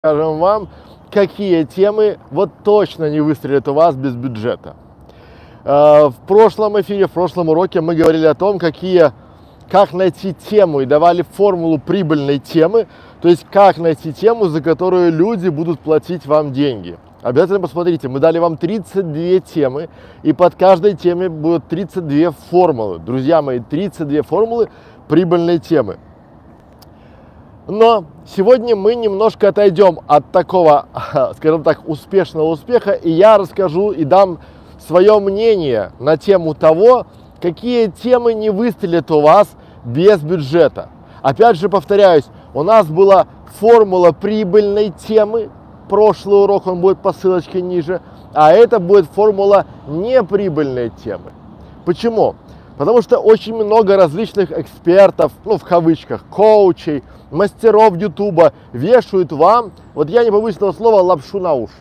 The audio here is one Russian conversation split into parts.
Скажем вам, какие темы вот точно не выстрелят у вас без бюджета. В прошлом эфире, в прошлом уроке мы говорили о том, как найти тему и давали формулу прибыльной темы, то есть как найти тему, за которую люди будут платить вам деньги. Обязательно посмотрите, мы дали вам 32 темы, и под каждой теме будут 32 формулы. Друзья мои, 32 формулы прибыльной темы. Но сегодня мы немножко отойдем от такого, скажем так, успешного успеха, и я расскажу и дам свое мнение на тему того, какие темы не выстрелят у вас без бюджета. Опять же повторяюсь, у нас была формула прибыльной темы, прошлый урок, он будет по ссылочке ниже, а это будет формула неприбыльной темы. Почему? Потому что очень много различных экспертов, ну в кавычках, коучей, мастеров Ютуба вешают вам, вот я не побоюсь этого слова, лапшу на уши.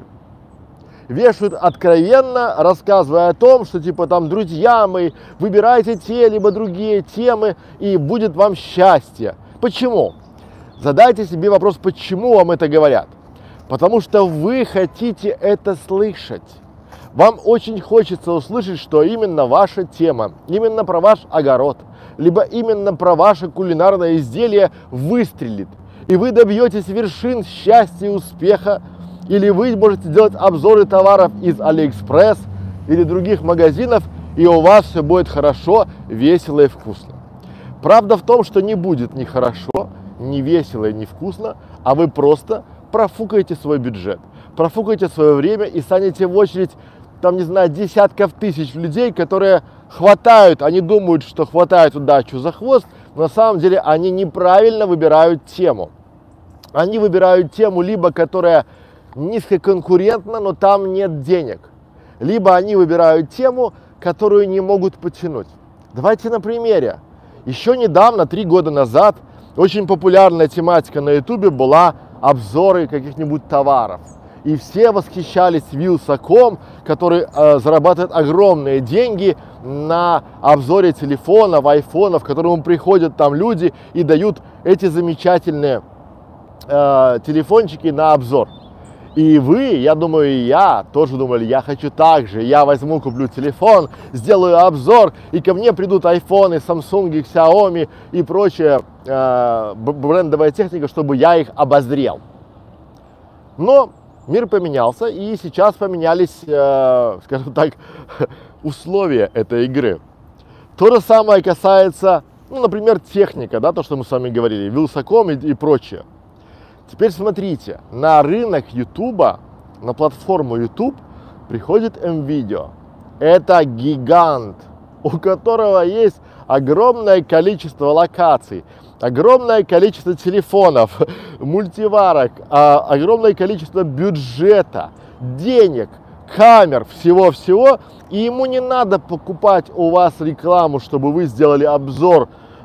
Вешают откровенно, рассказывая о том, что типа там, друзья мои, выбирайте те либо другие темы и будет вам счастье. Почему? Задайте себе вопрос, почему вам это говорят. Потому что вы хотите это слышать. Вам очень хочется услышать, что именно ваша тема, именно про ваш огород, либо именно про ваше кулинарное изделие выстрелит. И вы добьетесь вершин счастья и успеха, или вы можете делать обзоры товаров из AliExpress или других магазинов, и у вас все будет хорошо, весело и вкусно. Правда в том, что не будет ни хорошо, ни весело и ни вкусно, а вы просто профукаете свой бюджет, профукаете свое время и станете в очередь, там, не знаю, десятков тысяч людей, которые хватают, они думают, что хватают удачу за хвост, но на самом деле они неправильно выбирают тему. Они выбирают тему, либо которая низкоконкурентна, но там нет денег, либо они выбирают тему, которую не могут потянуть. Давайте на примере. Еще недавно, 3 года назад, очень популярная тематика на ютубе была обзоры каких-нибудь товаров. И все восхищались Вилсаком, который зарабатывает огромные деньги на обзоре телефонов, айфонов, к которому приходят там люди и дают эти замечательные телефончики на обзор. И вы, я думаю, и я тоже думали, я хочу так же, я возьму, куплю телефон, сделаю обзор, и ко мне придут айфоны, Samsung, Xiaomi и прочая брендовая техника, чтобы я их обозрел. Но мир поменялся, и сейчас поменялись, скажем так, условия этой игры. То же самое касается, ну, например, техника, да, то, что мы с вами говорили, Вилсаком и прочее. Теперь смотрите, на рынок Ютуба, на платформу YouTube приходит МВидео. Это гигант, у которого есть огромное количество локаций, огромное количество телефонов, мультиварок, огромное количество бюджета, денег, камер, всего-всего. И ему не надо покупать у вас рекламу, чтобы вы сделали обзор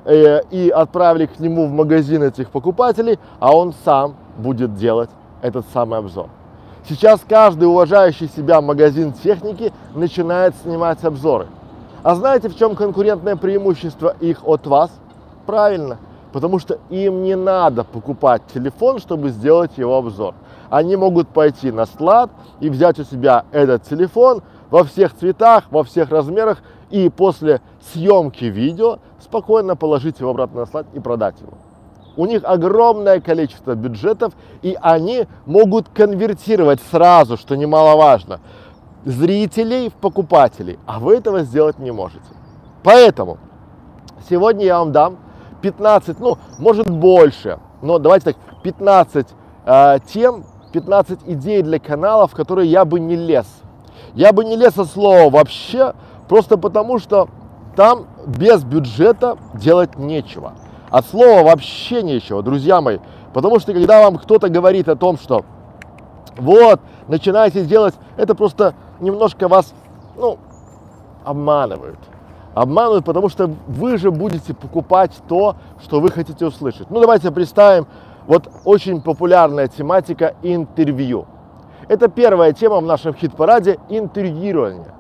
и отправили к нему в магазин этих покупателей, а он сам будет делать этот самый обзор. Сейчас каждый уважающий себя магазин техники начинает снимать обзоры. А знаете, в чем конкурентное преимущество их от вас? Правильно, потому что им не надо покупать телефон, чтобы сделать его обзор. Они могут пойти на склад и взять у себя этот телефон во всех цветах, во всех размерах, и после съемки видео спокойно положить его обратно на склад и продать его. У них огромное количество бюджетов, и они могут конвертировать сразу, что немаловажно, зрителей в покупателей, а вы этого сделать не можете. Поэтому сегодня я вам дам 15, ну, может больше, но давайте так, 15 тем, 15 идей для канала, в которые я бы не лез. Я бы не лез от слова вообще, просто потому что там без бюджета делать нечего. От слова вообще нечего, друзья мои. Потому что когда вам кто-то говорит о том, что вот, начинайте делать, это просто немножко вас, ну, обманывают. Обманывают, потому что вы же будете покупать то, что вы хотите услышать. Ну, давайте представим, вот очень популярная тематика интервью. Это первая тема в нашем хит-параде – интервьюирование.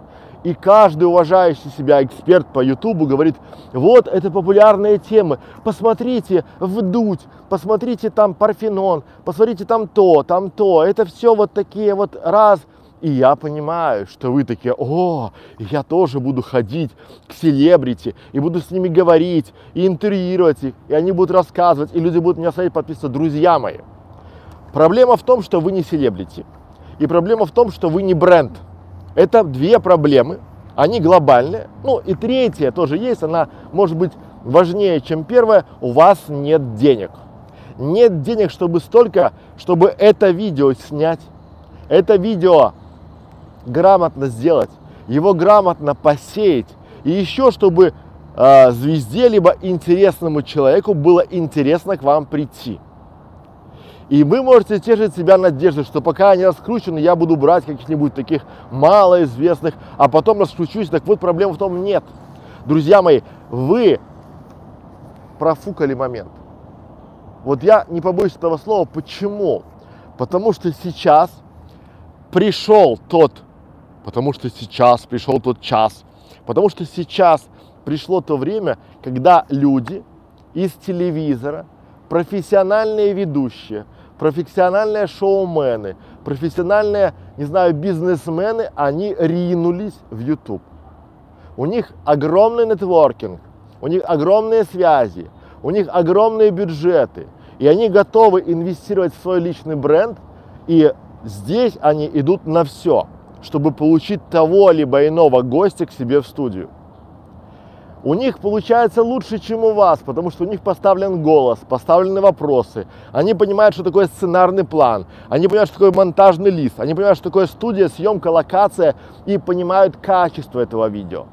И каждый уважающий себя эксперт по Ютубу говорит: вот это популярные темы, посмотрите Вдудь, посмотрите там Парфенон, посмотрите там то, это все вот такие вот раз. И я понимаю, что вы такие: о, я тоже буду ходить к селебрити, и буду с ними говорить, и интервьюировать их, и они будут рассказывать, и люди будут меня смотреть, подписываться. Друзья мои, проблема в том, что вы не селебрити, и проблема в том, что вы не бренд. Это две проблемы, они глобальные. Ну и третья тоже есть, она может быть важнее, чем первая. У вас нет денег. Нет денег, чтобы это видео снять, это видео грамотно сделать, его грамотно посеять. И еще, чтобы звезде, либо интересному человеку было интересно к вам прийти. И вы можете тешить себя надеждой, что пока они раскручены, я буду брать каких-нибудь таких малоизвестных, а потом раскручусь. Так вот, проблема в том нет. Друзья мои, вы профукали момент. Вот я не побоюсь этого слова. Почему? Потому что сейчас пришел тот час, потому что сейчас пришло то время, когда люди из телевизора, профессиональные ведущие, профессиональные шоумены, профессиональные, не знаю, бизнесмены, они ринулись в YouTube. У них огромный нетворкинг, у них огромные связи, у них огромные бюджеты, и они готовы инвестировать в свой личный бренд, и здесь они идут на все, чтобы получить того либо иного гостя к себе в студию. У них получается лучше, чем у вас, потому что у них поставлен голос, поставлены вопросы. Они понимают, что такое сценарный план, они понимают, что такое монтажный лист, они понимают, что такое студия, съемка, локация, и понимают качество этого видео.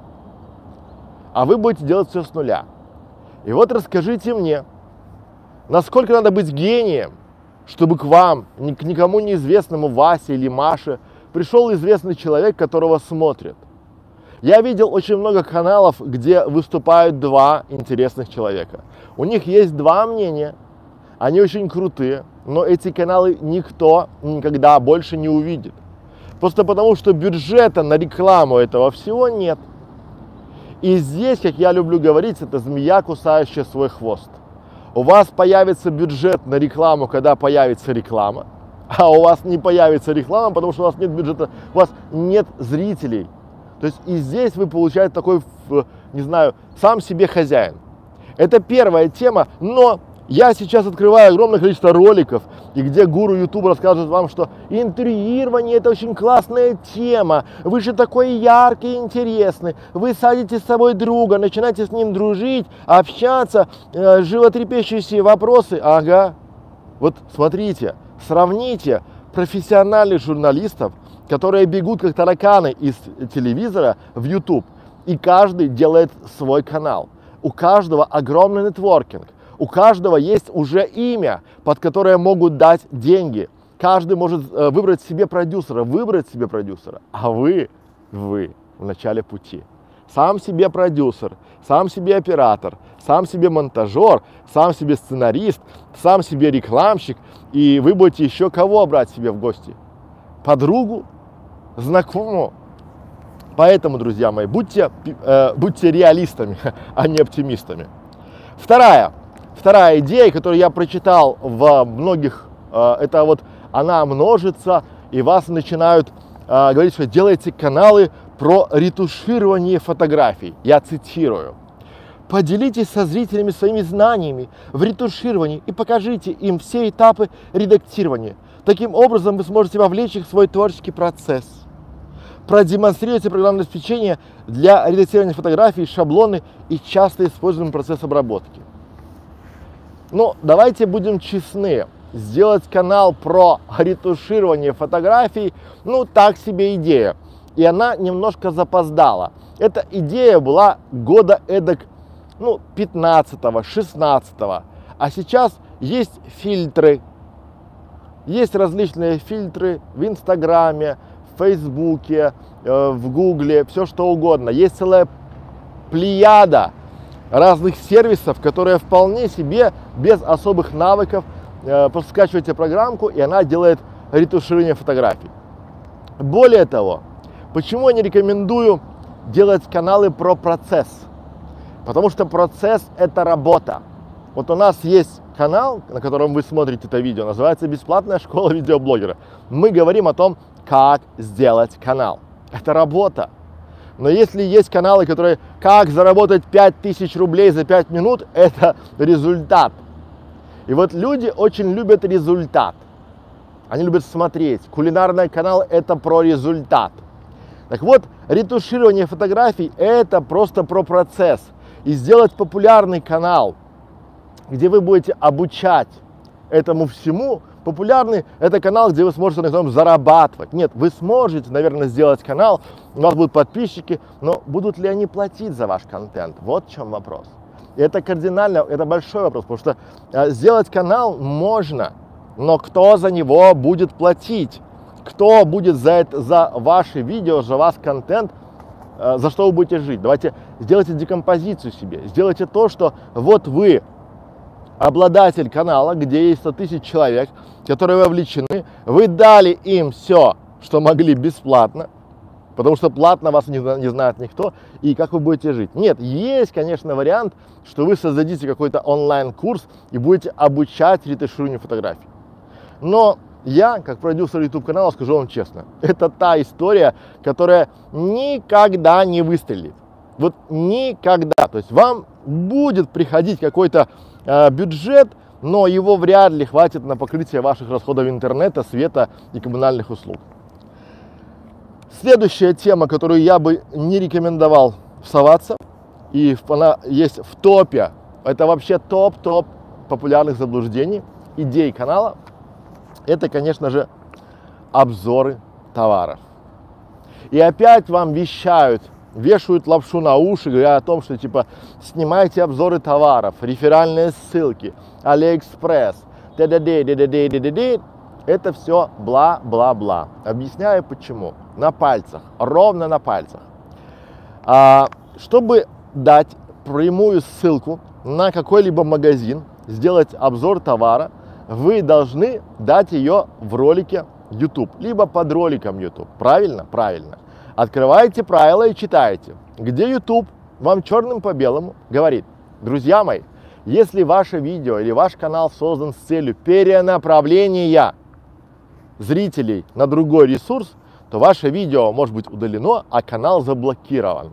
А вы будете делать все с нуля. И вот расскажите мне, насколько надо быть гением, чтобы к вам, к никому неизвестному Васе или Маше, пришел известный человек, которого смотрят. Я видел очень много каналов, где выступают два интересных человека. У них есть два мнения, они очень крутые, но эти каналы никто никогда больше не увидит. Просто потому, что бюджета на рекламу этого всего нет. И здесь, как я люблю говорить, это змея, кусающая свой хвост. У вас появится бюджет на рекламу, когда появится реклама, а у вас не появится реклама, потому что у вас нет бюджета, у вас нет зрителей. То есть и здесь вы получаете такой, не знаю, сам себе хозяин. Это первая тема, но я сейчас открываю огромное количество роликов, и где гуру YouTube рассказывает вам, что интервьюирование — это очень классная тема, вы же такой яркий и интересный, вы садите с собой друга, начинаете с ним дружить, общаться, животрепещущие вопросы. Ага, вот смотрите, сравните профессиональных журналистов, которые бегут как тараканы из телевизора в YouTube, и каждый делает свой канал. У каждого огромный нетворкинг, у каждого есть уже имя, под которое могут дать деньги. Каждый может выбрать себе продюсера, а вы в начале пути. Сам себе продюсер, сам себе оператор, сам себе монтажер, сам себе сценарист, сам себе рекламщик, и вы будете еще кого брать себе в гости? Подругу, знакомую. Поэтому, друзья мои, будьте реалистами, а не оптимистами. Вторая идея, которую я прочитал в многих, это вот она множится, и вас начинают говорить, что делайте каналы про ретуширование фотографий. Я цитирую. Поделитесь со зрителями своими знаниями в ретушировании и покажите им все этапы редактирования. Таким образом вы сможете вовлечь их в свой творческий процесс. Продемонстрируйте программное обеспечение для редактирования фотографий, шаблоны и часто используемый процесс обработки. Ну, давайте будем честны. Сделать канал про ретуширование фотографий, ну, так себе идея. И она немножко запоздала. Эта идея была года эдак, 15-го, 16-го. А сейчас есть фильтры. Есть различные фильтры в Инстаграме, в Фейсбуке, в Гугле, все что угодно. Есть целая плеяда разных сервисов, которые вполне себе без особых навыков просто скачиваете программку, и она делает ретуширование фотографий. Более того, почему я не рекомендую делать каналы про процесс, потому что процесс – это работа. Вот у нас есть канал, на котором вы смотрите это видео, называется «Бесплатная школа видеоблогера». Мы говорим о том, как сделать канал. Это работа. Но если есть каналы, которые «Как заработать 5000 рублей за 5 минут», это результат. И вот люди очень любят результат. Они любят смотреть. Кулинарный канал – это про результат. Так вот, ретуширование фотографий – это просто про процесс. И сделать популярный канал, где вы будете обучать этому всему. Популярный – это канал, где вы сможете на этом зарабатывать. Нет, вы сможете, наверное, сделать канал, у вас будут подписчики, но будут ли они платить за ваш контент? Вот в чем вопрос. И это кардинально, это большой вопрос, потому что сделать канал можно, но кто за него будет платить? Кто будет за ваши видео, за ваш контент, за что вы будете жить? Давайте сделайте декомпозицию себе, сделайте то, что вот вы обладатель канала, где есть 100 000 человек, которые вовлечены, вы дали им все, что могли бесплатно, потому что платно вас не знает никто, и как вы будете жить. Нет, есть, конечно, вариант, что вы создадите какой-то онлайн-курс и будете обучать ретушированию фотографий. Но я, как продюсер YouTube-канала, скажу вам честно, это та история, которая никогда не выстрелит. Вот никогда. То есть вам будет приходить какой-то бюджет, но его вряд ли хватит на покрытие ваших расходов интернета, света и коммунальных услуг. Следующая тема, которую я бы не рекомендовал соваться, и она есть в топе, это вообще топ популярных заблуждений, идей канала, это, конечно же, обзоры товаров. И опять вам вешают лапшу на уши, говоря о том, что типа снимайте обзоры товаров, реферальные ссылки, Алиэкспресс, это все бла-бла-бла. Объясняю почему. На пальцах, ровно на пальцах. Чтобы дать прямую ссылку на какой-либо магазин, сделать обзор товара, вы должны дать ее в ролике YouTube, либо под роликом YouTube. Правильно? Правильно. Открываете правила и читаете, где YouTube вам черным по белому говорит: друзья мои, если ваше видео или ваш канал создан с целью перенаправления зрителей на другой ресурс, то ваше видео может быть удалено, а канал заблокирован.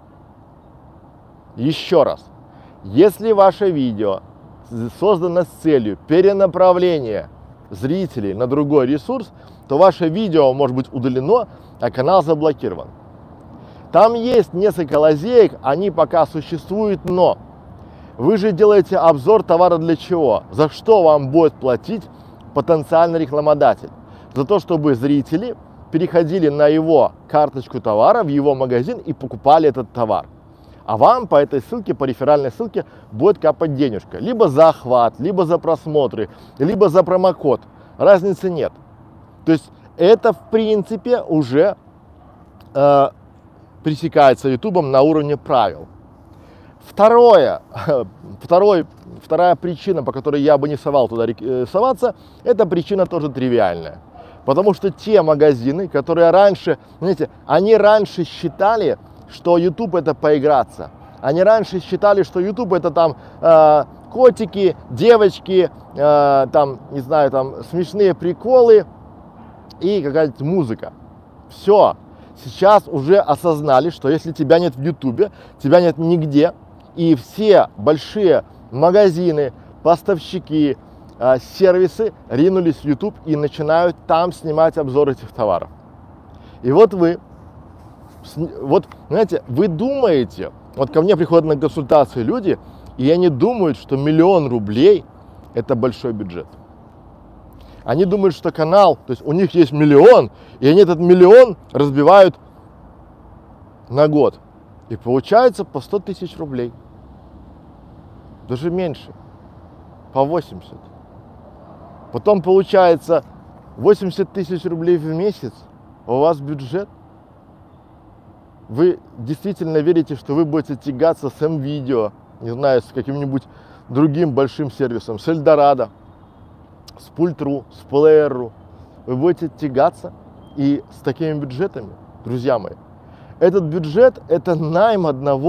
Еще раз, если ваше видео создано с целью перенаправления зрителей на другой ресурс, то ваше видео может быть удалено, а канал заблокирован. Там есть несколько лазеек, они пока существуют, но вы же делаете обзор товара для чего? За что вам будет платить потенциальный рекламодатель? За то, чтобы зрители переходили на его карточку товара, в его магазин и покупали этот товар. А вам по этой ссылке, по реферальной ссылке будет капать денежка. Либо за охват, либо за просмотры, либо за промокод. Разницы нет. То есть это в принципе уже пресекается ютубом на уровне правил. Вторая причина, по которой я бы не совал туда соваться, это причина тоже тривиальная. Потому что те магазины, которые раньше, знаете, они раньше считали, что YouTube это поиграться. Они раньше считали, что YouTube это там котики, девочки, там, не знаю, там смешные приколы и какая-то музыка. Все. Сейчас уже осознали, что если тебя нет в YouTube, тебя нет нигде, и все большие магазины, поставщики, сервисы ринулись в YouTube и начинают там снимать обзор этих товаров. И вот знаете, вы думаете, вот ко мне приходят на консультации люди, и они думают, что 1 000 000 рублей это большой бюджет. Они думают, что канал, то есть у них есть 1 000 000, и они этот 1 000 000 разбивают на год. И получается по 100 000 рублей. Даже меньше. По 80. Потом получается 80 000 рублей в месяц. У вас бюджет. Вы действительно верите, что вы будете тягаться с МВидео, не знаю, с каким-нибудь другим большим сервисом, с Эльдорадо, с Пульт.ру, с Плеер.ру. Вы будете тягаться и с такими бюджетами, друзья мои. Этот бюджет – это найм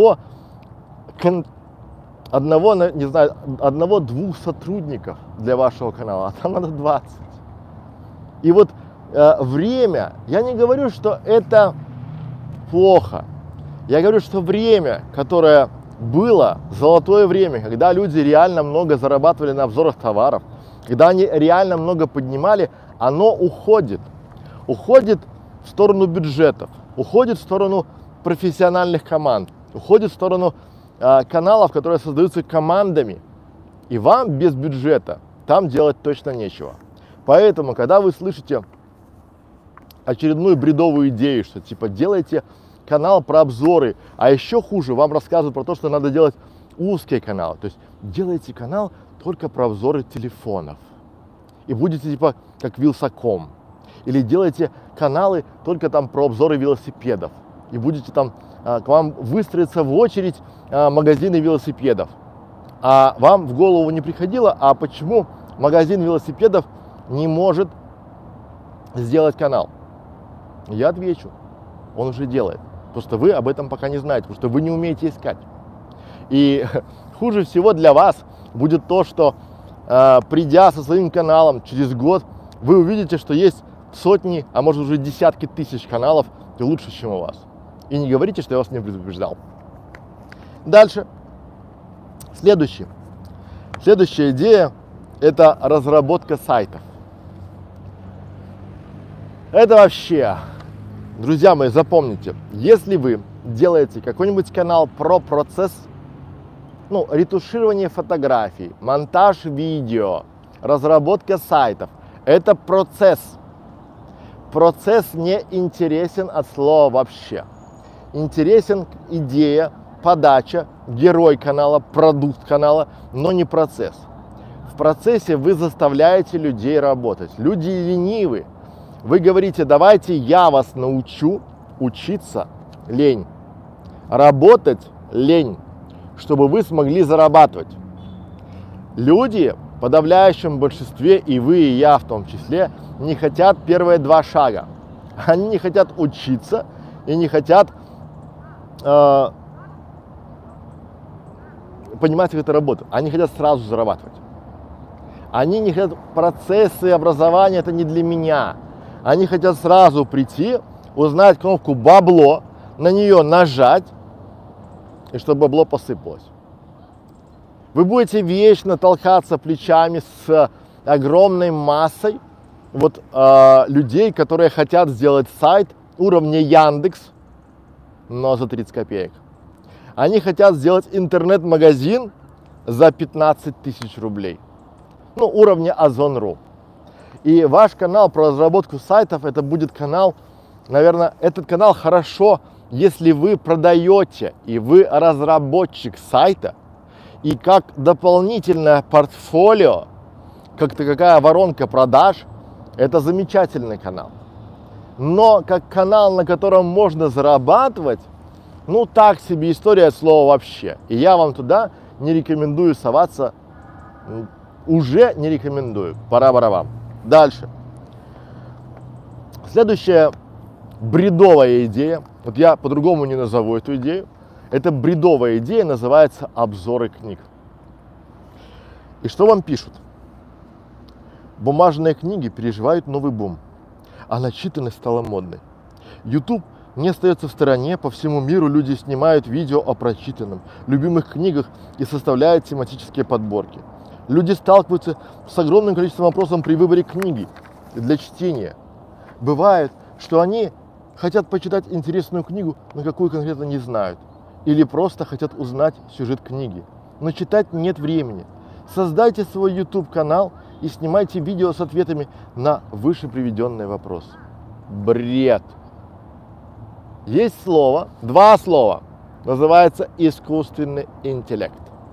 одного-двух сотрудников для вашего канала, а там надо 20. И вот время, я не говорю, что это плохо, я говорю, что время, которое было, золотое время, когда люди реально много зарабатывали на обзорах товаров, когда они реально много поднимали, оно уходит. Уходит в сторону бюджетов, уходит в сторону профессиональных команд, уходит в сторону каналов, которые создаются командами. И вам без бюджета там делать точно нечего. Поэтому, когда вы слышите очередную бредовую идею, что типа делайте канал про обзоры, а еще хуже, вам рассказывают про то, что надо делать узкие каналы. То есть делайте канал только про обзоры телефонов. И будете типа как Вилсаком. Или делайте каналы только там про обзоры велосипедов. И будете там, к вам выстроиться в очередь магазины велосипедов. А вам в голову не приходило, а почему магазин велосипедов не может сделать канал? Я отвечу, он уже делает. Просто вы об этом пока не знаете, потому что вы не умеете искать. И хуже всего для вас будет то, что придя со своим каналом через год, вы увидите, что есть сотни, а может уже десятки тысяч каналов и лучше, чем у вас. И не говорите, что я вас не предупреждал. Дальше. Следующая идея – это разработка сайтов. Это вообще, друзья мои, запомните, если вы делаете какой-нибудь канал про процесс, ретуширование фотографий, монтаж видео, разработка сайтов, это процесс. Процесс не интересен от слова вообще. Интересен идея, подача, герой канала, продукт канала, но не процесс. В процессе вы заставляете людей работать. Люди ленивы. Вы говорите, давайте я вас научу учиться, лень. Работать, лень, чтобы вы смогли зарабатывать. Люди в подавляющем большинстве, и вы, и я в том числе, не хотят первые два шага. Они не хотят учиться и не хотят понимать, как это работает. Они хотят сразу зарабатывать. Они не хотят процессы образования, это не для меня. Они хотят сразу прийти, узнать кнопку «бабло», на нее нажать, и чтобы бабло посыпалось. Вы будете вечно толкаться плечами с огромной массой людей, которые хотят сделать сайт уровня Яндекс, но за 30 копеек. Они хотят сделать интернет-магазин за 15 тысяч рублей. Уровня Озон.ру. И ваш канал про разработку сайтов, это будет канал, наверное, этот канал хорошо, если вы продаете, и вы разработчик сайта, и как дополнительное портфолио, как такая воронка продаж, это замечательный канал. Но как канал, на котором можно зарабатывать, так себе история от слова вообще. И я вам туда не рекомендую соваться, уже не рекомендую. Пора барабан. Дальше. Следующая бредовая идея, я по-другому не назову эту идею, это бредовая идея, называется обзоры книг. И что вам пишут? Бумажные книги переживают новый бум, а начитанность стала модной. YouTube не остается в стороне, по всему миру люди снимают видео о прочитанном, любимых книгах и составляют тематические подборки. Люди сталкиваются с огромным количеством вопросов при выборе книги для чтения. Бывает, что они хотят почитать интересную книгу, но какую конкретно не знают. Или просто хотят узнать сюжет книги. Но читать нет времени. Создайте свой YouTube-канал и снимайте видео с ответами на выше приведенные вопросы. Бред. Есть два слова, называется искусственный интеллент.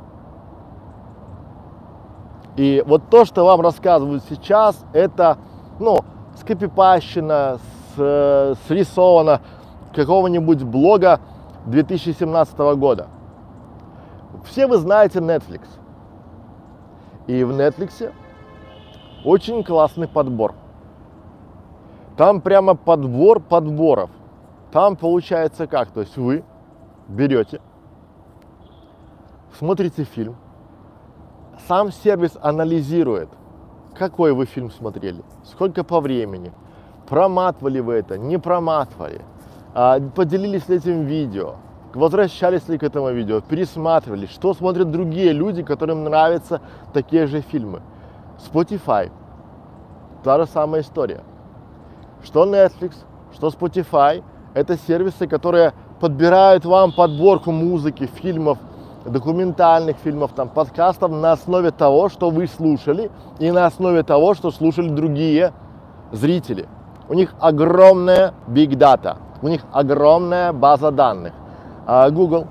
И то, что вам рассказывают сейчас, это, скопипащено, срисовано какого-нибудь блога 2017 года. Все вы знаете Netflix. И в Netflix очень классный подбор. Там прямо подбор подборов. Там получается как? То есть вы берете, смотрите фильм, сам сервис анализирует, какой вы фильм смотрели, сколько по времени, проматывали вы это, не проматывали, поделились ли этим видео, возвращались ли к этому видео, пересматривали, что смотрят другие люди, которым нравятся такие же фильмы. Spotify, та же самая история. Что Netflix, что Spotify, это сервисы, которые подбирают вам подборку музыки, фильмов, документальных фильмов, там, подкастов на основе того, что вы слушали, и на основе того, что слушали другие зрители. У них огромная big data, у них огромная база данных. А Google,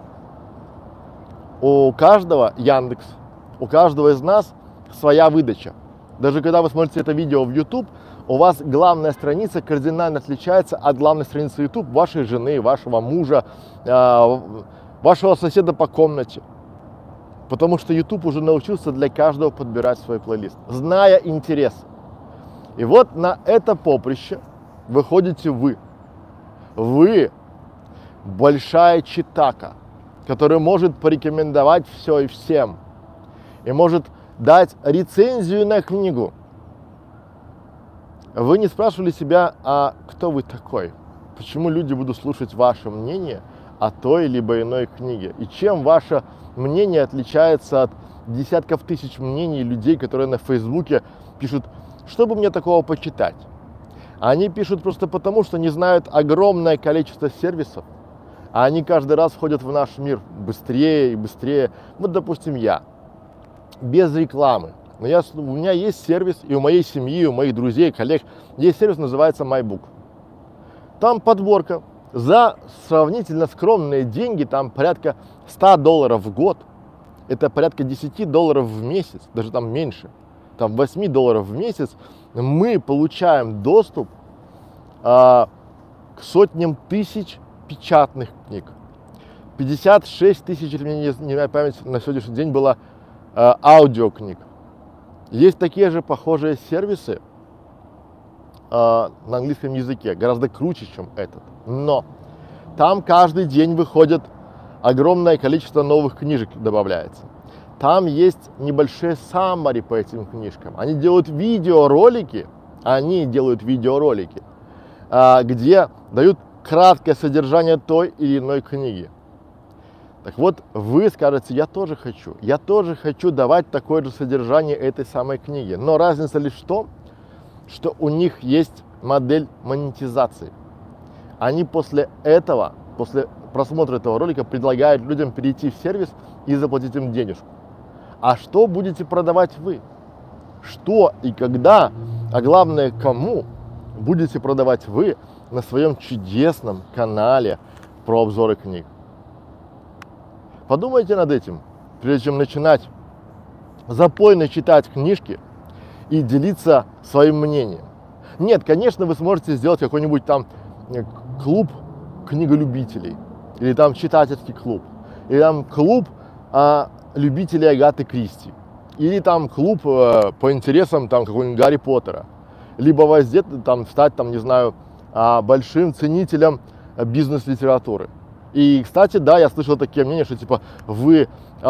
у каждого, Яндекс, у каждого из нас своя выдача. Даже когда вы смотрите это видео в YouTube, у вас главная страница кардинально отличается от главной страницы YouTube вашей жены, вашего мужа, вашего соседа по комнате. Потому что YouTube уже научился для каждого подбирать свой плейлист, зная интересы. И вот на это поприще выходите вы. Вы большая читака, которая может порекомендовать все и всем. И может дать рецензию на книгу. Вы не спрашивали себя, а кто вы такой? Почему люди будут слушать ваше мнение о той либо иной книге? И чем ваше мнение отличается от десятков тысяч мнений людей, которые на Фейсбуке пишут, что бы мне такого почитать? Они пишут просто потому, что не знают огромное количество сервисов, а они каждый раз входят в наш мир быстрее и быстрее. Вот, допустим, я, без рекламы. Но у меня есть сервис, и у моей семьи, у моих друзей, коллег, есть сервис, называется MyBook. Там подборка за сравнительно скромные деньги, там порядка $100 в год, это порядка $10 в месяц, даже там меньше, там $8 в месяц, мы получаем доступ к сотням тысяч печатных книг. 56 тысяч, если мне не изменяет память, на сегодняшний день было аудиокниг. Есть такие же похожие сервисы на английском языке, гораздо круче, чем этот. Но там каждый день выходит огромное количество новых книжек, добавляется. Там есть небольшие summary по этим книжкам. Они делают видеоролики, где дают краткое содержание той или иной книги. Так вот, вы скажете, я тоже хочу давать такое же содержание этой самой книги. Но разница лишь в том, что у них есть модель монетизации. Они после просмотра этого ролика предлагают людям перейти в сервис и заплатить им денежку. А что будете продавать вы? Что и когда, а главное, кому будете продавать вы на своем чудесном канале про обзоры книг? Подумайте над этим, прежде чем начинать запойно читать книжки и делиться своим мнением. Нет, конечно, вы сможете сделать какой-нибудь там клуб книголюбителей, или там читательский клуб, или там клуб любителей Агаты Кристи, или там клуб по интересам там какого-нибудь Гарри Поттера, либо стать там, не знаю, большим ценителем бизнес-литературы. И, кстати, да, я слышал такие мнения, что типа вы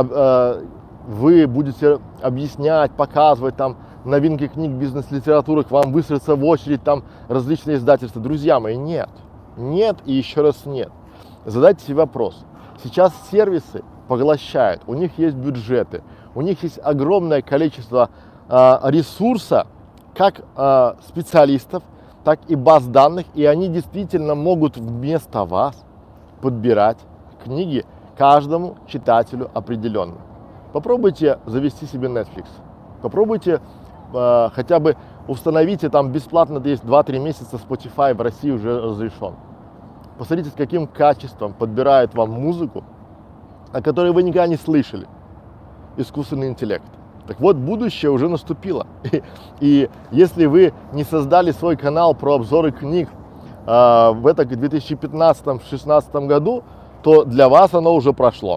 будете объяснять, показывать там новинки книг бизнес-литературы, к вам выстроятся в очередь там различные издательства. Друзья мои, нет и еще раз нет. Задайте себе вопрос. Сейчас сервисы поглощают, у них есть бюджеты, у них есть огромное количество ресурса, как специалистов, так и баз данных, и они действительно могут вместо вас подбирать книги каждому читателю определенно. Попробуйте завести себе Netflix, попробуйте хотя бы установите, там бесплатно есть 2-3 месяца, Spotify в России уже разрешен. Посмотрите, с каким качеством подбирает вам музыку, о которой вы никогда не слышали. Искусственный интеллект. Так вот, будущее уже наступило. И если вы не создали свой канал про обзоры книг в 2015-2016 году, то для вас оно уже прошло.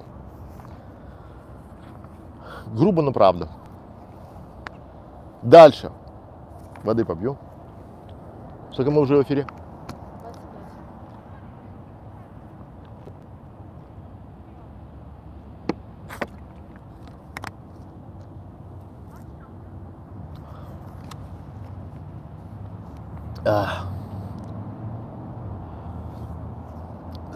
Грубо, но правда. Дальше. Воды попью. Сколько мы уже в эфире? 25.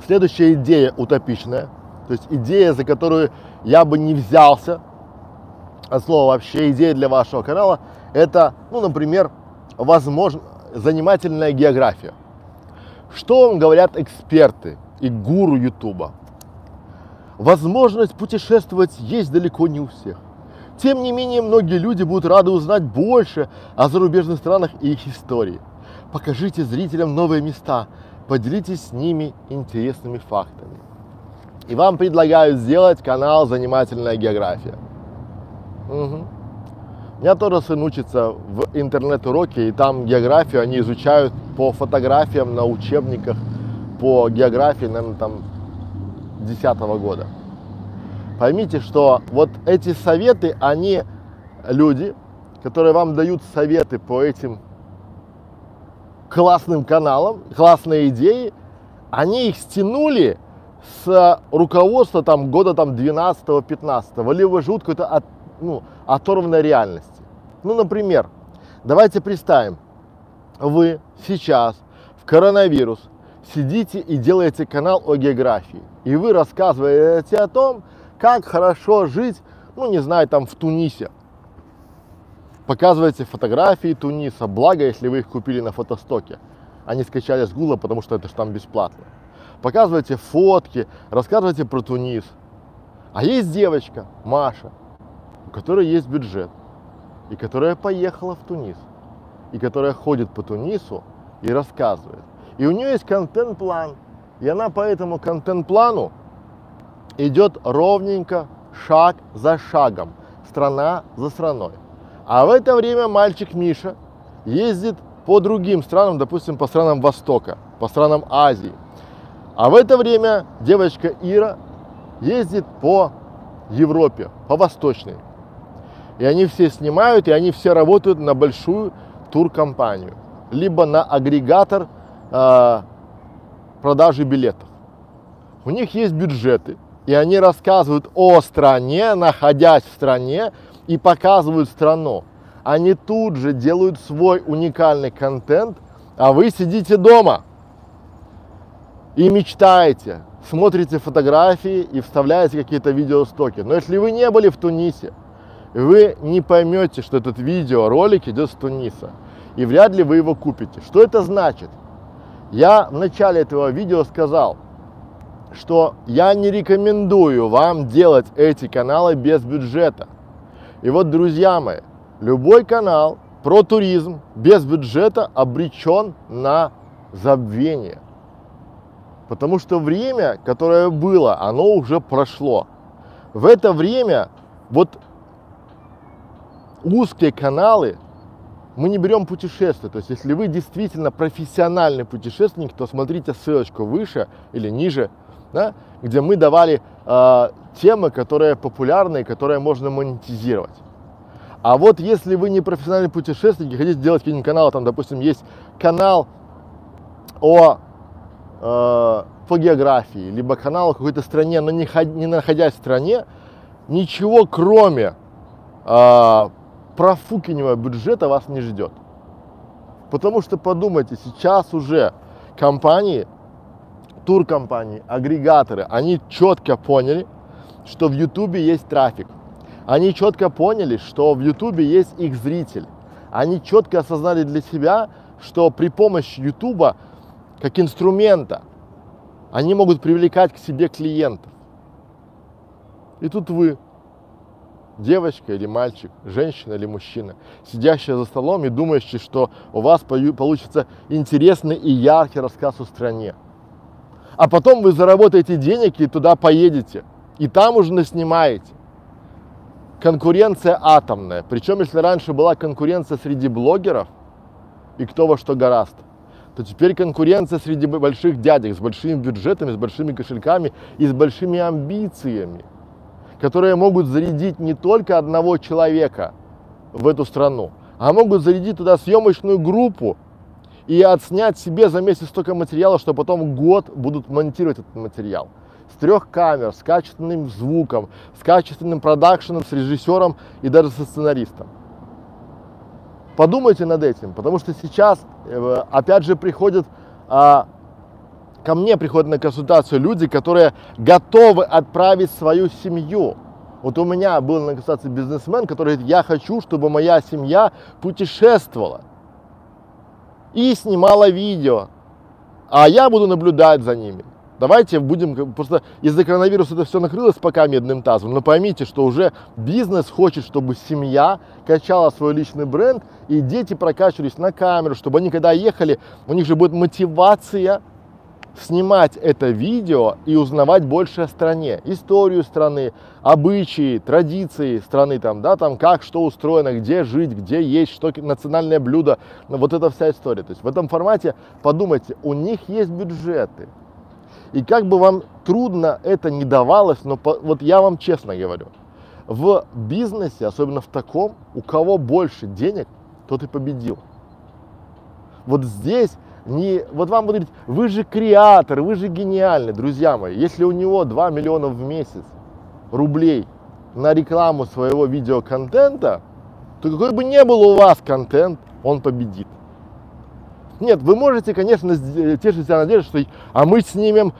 Следующая идея утопичная, то есть идея, за которую я бы не взялся, от слова вообще, идея для вашего канала, это, ну, например, возможно, занимательная география. Что вам говорят эксперты и гуру Ютуба? Возможность путешествовать есть далеко не у всех. Тем не менее, многие люди будут рады узнать больше о зарубежных странах и их истории. Покажите зрителям новые места, поделитесь с ними интересными фактами. И вам предлагают сделать канал «Занимательная география». Угу. У меня тоже сын учится в интернет-уроке, и там географию они изучают по фотографиям на учебниках по географии, наверное, там 10-го года. Поймите, что вот эти советы, они люди, которые вам дают советы по этим классным каналам, классные идеи, они их стянули с руководства там года там 12-15, либо живут какой-то оторванной реальности. Ну, например, давайте представим, вы сейчас в коронавирус сидите и делаете канал о географии, и вы рассказываете о том, как хорошо жить, ну, не знаю, там в Тунисе. Показываете фотографии Туниса, благо, если вы их купили на фотостоке, а не скачали с Гугла, потому что это же там бесплатно. Показываете фотки, рассказываете про Тунис. А есть девочка, Маша, у которой есть бюджет, и которая поехала в Тунис, и которая ходит по Тунису и рассказывает. И у нее есть контент-план, и она по этому контент-плану идет ровненько, шаг за шагом, страна за страной. А в это время мальчик Миша ездит по другим странам, допустим, по странам Востока, по странам Азии. А в это время девочка Ира ездит по Европе, по Восточной. И они все снимают, и они все работают на большую туркомпанию, либо на агрегатор продажи билетов. У них есть бюджеты, и они рассказывают о стране, находясь в стране, и показывают страну. Они тут же делают свой уникальный контент, а вы сидите дома и мечтаете, смотрите фотографии и вставляете какие-то видеостоки. Но если вы не были в Тунисе, вы не поймете, что этот видеоролик идет с Туниса, и вряд ли вы его купите. Что это значит? Я в начале этого видео сказал, что я не рекомендую вам делать эти каналы без бюджета. И вот, друзья мои, любой канал про туризм без бюджета обречен на забвение. Потому что время, которое было, оно уже прошло. В это время вот узкие каналы, мы не берем путешествия. То есть, если вы действительно профессиональный путешественник, то смотрите ссылочку выше или ниже, да, где мы давали темы, которые популярны и которые можно монетизировать. А вот если вы не профессиональный путешественник и хотите делать какие-нибудь каналы, там, допустим, есть канал по географии, либо канал о какой-то стране, но не находясь в стране, ничего кроме профукивания бюджета вас не ждет. Потому что подумайте, сейчас уже компании, туркомпании, агрегаторы, они четко поняли, что в Ютубе есть трафик. Они четко поняли, что в Ютубе есть их зритель. Они четко осознали для себя, что при помощи Ютуба, как инструмента, они могут привлекать к себе клиентов. И тут вы, девочка или мальчик, женщина или мужчина, сидящая за столом и думающий, что у вас получится интересный и яркий рассказ о стране. А потом вы заработаете денег и туда поедете, и там уже наснимаете. Конкуренция атомная. Причем, если раньше была конкуренция среди блогеров, и кто во что горазд, то теперь конкуренция среди больших дядек с большими бюджетами, с большими кошельками и с большими амбициями, которые могут зарядить не только одного человека в эту страну, а могут зарядить туда съемочную группу и отснять себе за месяц столько материала, что потом год будут монтировать этот материал. С 3 камер, с качественным звуком, с качественным продакшеном, с режиссером и даже со сценаристом. Подумайте над этим, потому что сейчас, опять же, приходят ко мне приходят на консультацию люди, которые готовы отправить свою семью. Вот у меня был на консультации бизнесмен, который говорит, я хочу, чтобы моя семья путешествовала и снимала видео, а я буду наблюдать за ними. Давайте будем, просто из-за коронавируса это все накрылось пока медным тазом, но поймите, что уже бизнес хочет, чтобы семья качала свой личный бренд, и дети прокачивались на камеру, чтобы они когда ехали, у них же будет мотивация снимать это видео и узнавать больше о стране, историю страны, обычаи, традиции страны, там, да, там как, что устроено, где жить, где есть, что национальное блюдо, вот эта вся история. То есть в этом формате подумайте, у них есть бюджеты. И как бы вам трудно это не давалось, но вот я вам честно говорю, в бизнесе, особенно в таком, у кого больше денег, тот и победил. Вот здесь вот вам будут говорить, вы же креатор, вы же гениальный, друзья мои. Если у него 2 миллиона в месяц рублей на рекламу своего видеоконтента, то какой бы ни был у вас контент, он победит. Нет, вы можете, конечно, тешить себя надеждой, что мы снимем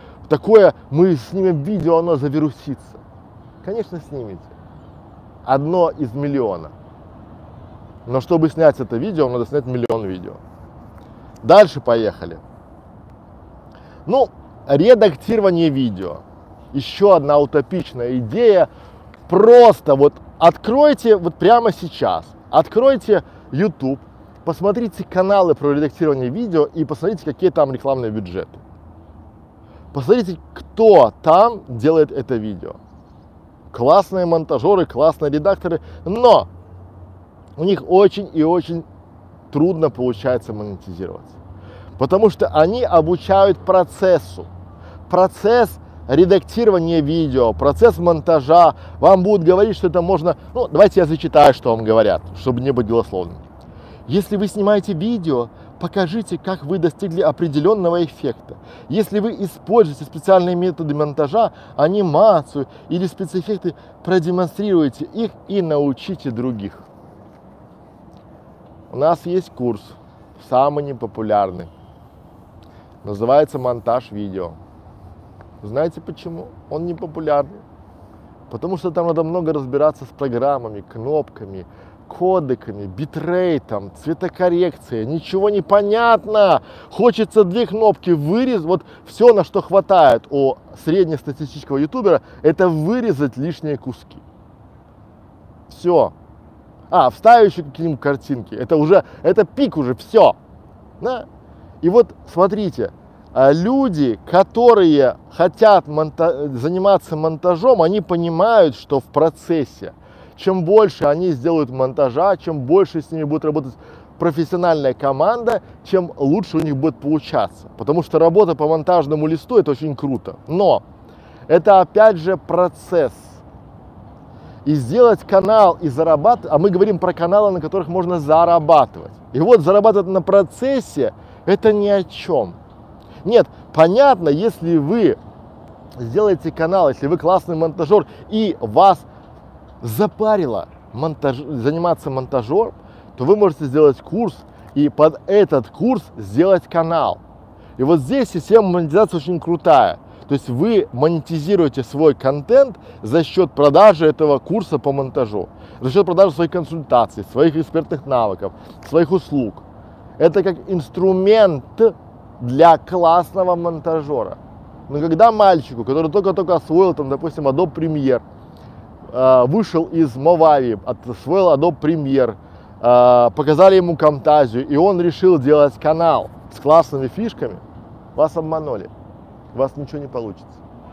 видео, оно завирусится. Конечно, снимете. Одно из миллиона. Но чтобы снять это видео, надо снять миллион видео. Дальше поехали. Ну, редактирование видео. Еще одна утопичная идея. Просто вот откройте вот прямо сейчас, откройте YouTube, посмотрите каналы про редактирование видео и посмотрите, какие там рекламные бюджеты. Посмотрите, кто там делает это видео. Классные монтажеры, классные редакторы, но у них очень и очень трудно получается монетизироваться. Потому что они обучают процессу. Процесс редактирования видео, процесс монтажа. Вам будут говорить, что это можно... Ну, давайте я зачитаю, что вам говорят, чтобы не быть голословным. Если вы снимаете видео, покажите, как вы достигли определенного эффекта. Если вы используете специальные методы монтажа, анимацию или спецэффекты, продемонстрируйте их и научите других. У нас есть курс, самый непопулярный, называется монтаж видео. Знаете почему он не популярный? Потому что там надо много разбираться с программами, кнопками, кодеками, битрейтом, цветокоррекцией, ничего не понятно. Хочется 2 кнопки вырезать, вот все, на что хватает у среднестатистического ютубера, это вырезать лишние куски. Все. Вставить еще какие-нибудь картинки, это пик уже, все. Да? И вот смотрите, люди, которые хотят заниматься монтажом, они понимают, что в процессе, чем больше они сделают монтажа, чем больше с ними будет работать профессиональная команда, чем лучше у них будет получаться. Потому что работа по монтажному листу – это очень круто. Но это опять же процесс. И сделать канал и зарабатывать, а мы говорим про каналы, на которых можно зарабатывать. И вот зарабатывать на процессе – это ни о чем. Нет, понятно, если вы сделаете канал, если вы классный монтажер и вас запарило заниматься монтажом, то вы можете сделать курс и под этот курс сделать канал. И вот здесь система монетизации очень крутая. То есть вы монетизируете свой контент за счет продажи этого курса по монтажу, за счет продажи своих консультаций, своих экспертных навыков, своих услуг. Это как инструмент для классного монтажера. Но когда мальчику, который только-только освоил, там, допустим, Adobe Premiere, вышел из Movavi, освоил Adobe Premiere, показали ему Camtasia, и он решил делать канал с классными фишками, вас обманули. У вас ничего не получится.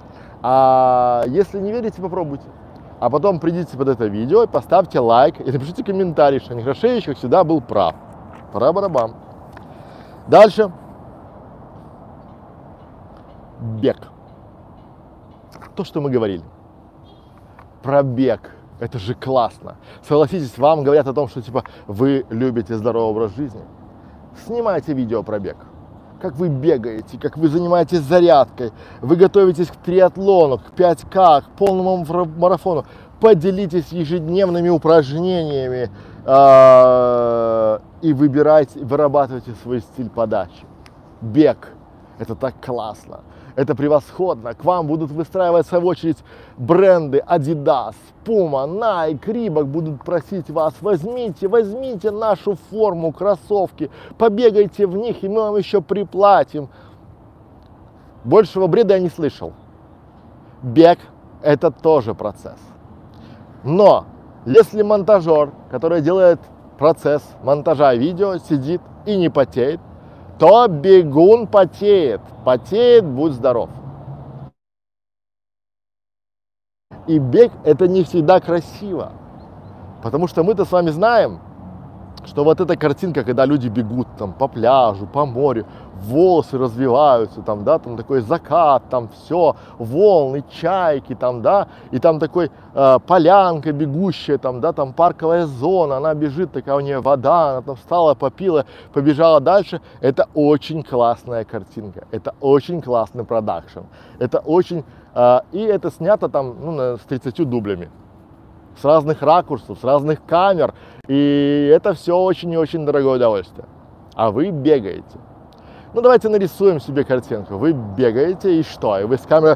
А если не верите, попробуйте. А потом придите под это видео, поставьте лайк и напишите комментарий, что Некрашевич, как всегда, был прав. Пара-барабам. Дальше. Бег. То, что мы говорили. Про бег. Это же классно. Согласитесь, вам говорят о том, что типа вы любите здоровый образ жизни. Снимайте видео про бег. Как вы бегаете, как вы занимаетесь зарядкой, вы готовитесь к триатлону, к 5К, к полному марафону. Поделитесь ежедневными упражнениями и вырабатывайте свой стиль подачи. Бег. Это так классно, это превосходно. К вам будут выстраиваться в очередь бренды Adidas, Puma, Nike, Reebok, будут просить вас: возьмите нашу форму, кроссовки, побегайте в них, и мы вам еще приплатим. Большего бреда я не слышал. Бег – это тоже процесс. Но если монтажер, который делает процесс монтажа видео, сидит и не потеет, то бегун потеет. Потеет, будь здоров. И бег – это не всегда красиво. Потому что мы-то с вами знаем, что вот эта картинка, когда люди бегут там по пляжу, по морю, волосы развиваются, там, да, там такой закат, там все, волны, чайки, там, да, и там такой полянка бегущая, там, да, там парковая зона, она бежит, такая у нее вода, она там встала, попила, побежала дальше. Это очень классная картинка, это очень классный продакшн, это очень, и это снято там, с 30 дублями. С разных ракурсов, с разных камер. И это все очень и очень дорогое удовольствие. А вы бегаете. Ну, давайте нарисуем себе картинку. Вы бегаете, и что? И вы с камерой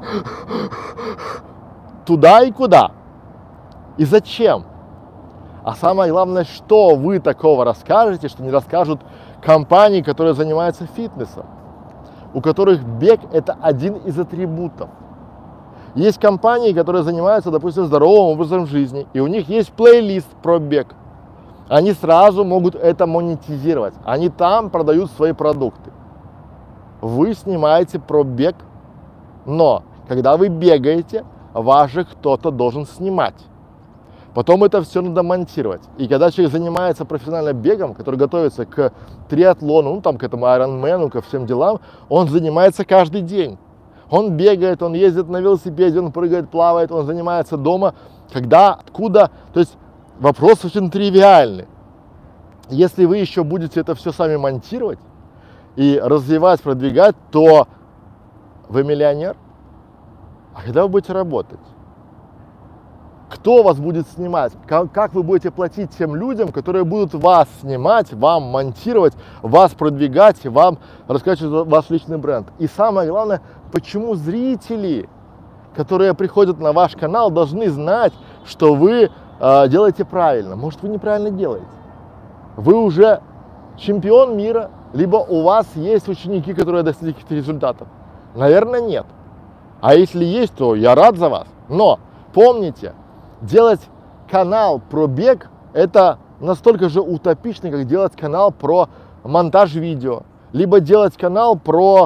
туда и куда? И зачем? А самое главное, что вы такого расскажете, что не расскажут компании, которые занимаются фитнесом, у которых бег – это один из атрибутов. Есть компании, которые занимаются, допустим, здоровым образом жизни, и у них есть плейлист про бег. Они сразу могут это монетизировать. Они там продают свои продукты. Вы снимаете про бег, но когда вы бегаете, вас же кто-то должен снимать. Потом это все надо монтировать. И когда человек занимается профессионально бегом, который готовится к триатлону, к этому айронмену, ко всем делам, он занимается каждый день. Он бегает, он ездит на велосипеде, он прыгает, плавает, он занимается дома. Когда, откуда? То есть вопрос очень тривиальный. Если вы еще будете это все сами монтировать и развивать, продвигать, то вы миллионер. А когда вы будете работать? Кто вас будет снимать? Как вы будете платить тем людям, которые будут вас снимать, вам монтировать, вас продвигать, вам рассказывать ваш личный бренд? И самое главное, почему зрители, которые приходят на ваш канал, должны знать, что вы делаете правильно? Может, вы неправильно делаете? Вы уже чемпион мира, либо у вас есть ученики, которые достигли каких-то результатов? Наверное, нет. А если есть, то я рад за вас. Но помните, делать канал про бег – это настолько же утопично, как делать канал про монтаж видео, либо делать канал про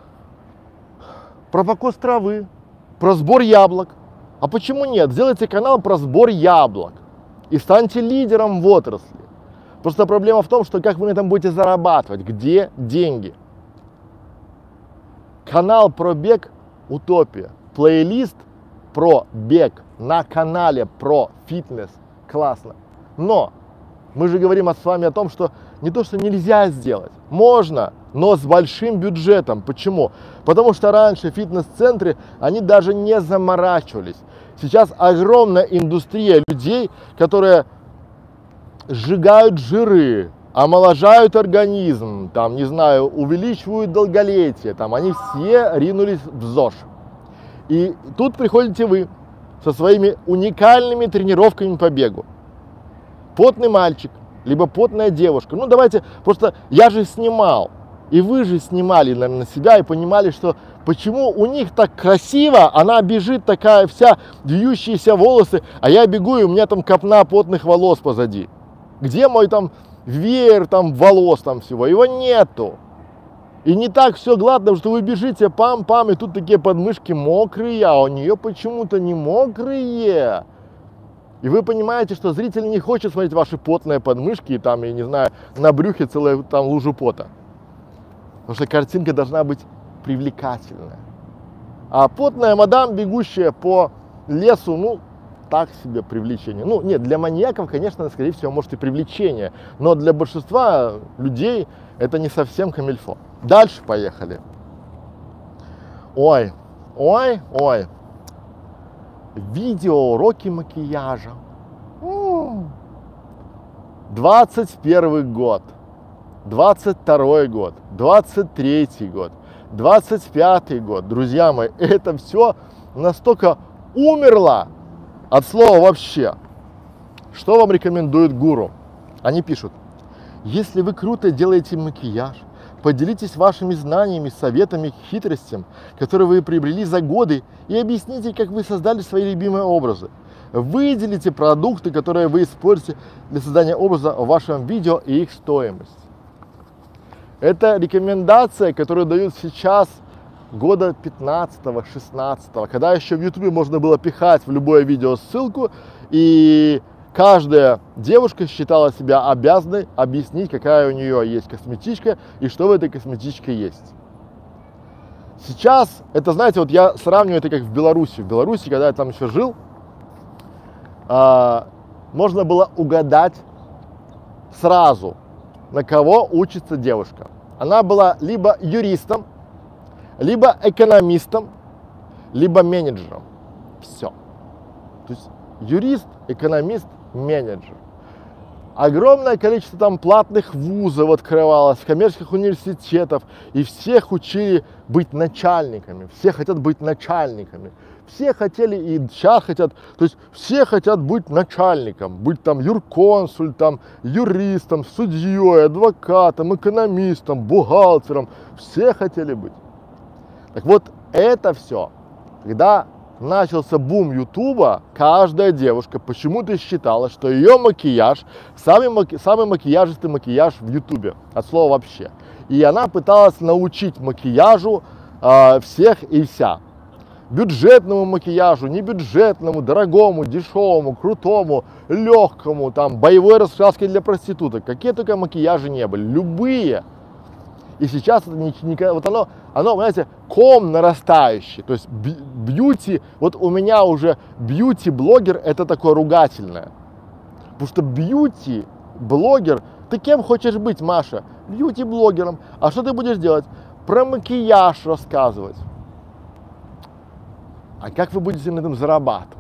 покос травы, про сбор яблок. А почему нет? Сделайте канал про сбор яблок и станьте лидером в отрасли. Просто проблема в том, что как вы на этом будете зарабатывать, где деньги. Канал про бег – утопия. Плейлист про бег на канале про фитнес – классно. Но мы же говорим с вами о том, что не то, что нельзя сделать. Можно, но с большим бюджетом. Почему? Потому что раньше фитнес-центры, они даже не заморачивались. Сейчас огромная индустрия людей, которые сжигают жиры, омоложают организм, увеличивают долголетие. Они все ринулись в ЗОЖ. И тут приходите вы со своими уникальными тренировками по бегу. Потный мальчик, либо потная девушка. Давайте, просто я же снимал, и вы же снимали, наверное, на себя и понимали, что почему у них так красиво, она бежит такая вся, вьющиеся волосы, а я бегу, и у меня там копна потных волос позади. Где мой веер волос всего? Его нету. И не так все гладко, потому что вы бежите, пам-пам, и тут такие подмышки мокрые, а у нее почему-то не мокрые. И вы понимаете, что зритель не хочет смотреть ваши потные подмышки, и я не знаю, на брюхе целая лужу пота. Потому что картинка должна быть привлекательная. А потная мадам, бегущая по лесу, так себе привлечение. Нет, для маньяков, конечно, скорее всего, может и привлечение, но для большинства людей это не совсем камильфо. Дальше поехали. Ой. Видеоуроки макияжа. 21 год, 22 год, 23 год. 25-й год, друзья мои, это все настолько умерло от слова вообще. Что вам рекомендует гуру? Они пишут: если вы круто делаете макияж, поделитесь вашими знаниями, советами, хитростями, которые вы приобрели за годы, и объясните, как вы создали свои любимые образы. Выделите продукты, которые вы используете для создания образа в вашем видео, и их стоимость. Это рекомендация, которую дают сейчас, года 15-16, когда еще в YouTube можно было пихать в любое видео ссылку, и каждая девушка считала себя обязанной объяснить, какая у нее есть косметичка и что в этой косметичке есть. Сейчас, это, знаете, вот я сравниваю это как в Беларуси. В Беларуси, когда я там еще жил, можно было угадать сразу, на кого учится девушка. Она была либо юристом, либо экономистом, либо менеджером. Все. То есть юрист, экономист, менеджер. Огромное количество там платных вузов открывалось, коммерческих университетов, и всех учили быть начальниками. Все хотят быть начальниками. Все хотели и сейчас хотят, то есть все хотят быть начальником, быть там юрконсультом, юристом, судьей, адвокатом, экономистом, бухгалтером. Все хотели быть. Так вот, это все, когда начался бум Ютуба, каждая девушка почему-то считала, что ее макияж самый макияжистый макияж в Ютубе, от слова вообще. И она пыталась научить макияжу всех и вся. Бюджетному макияжу, небюджетному, дорогому, дешевому, крутому, легкому, там, боевой раскраски для проституток. Какие только макияжи не были, любые. И сейчас это вот оно, понимаете, ком нарастающий. То есть бьюти, вот у меня уже бьюти-блогер это такое ругательное. Потому что бьюти-блогер, ты кем хочешь быть, Маша? Бьюти-блогером. А что ты будешь делать? Про макияж рассказывать. А как вы будете на этом зарабатывать?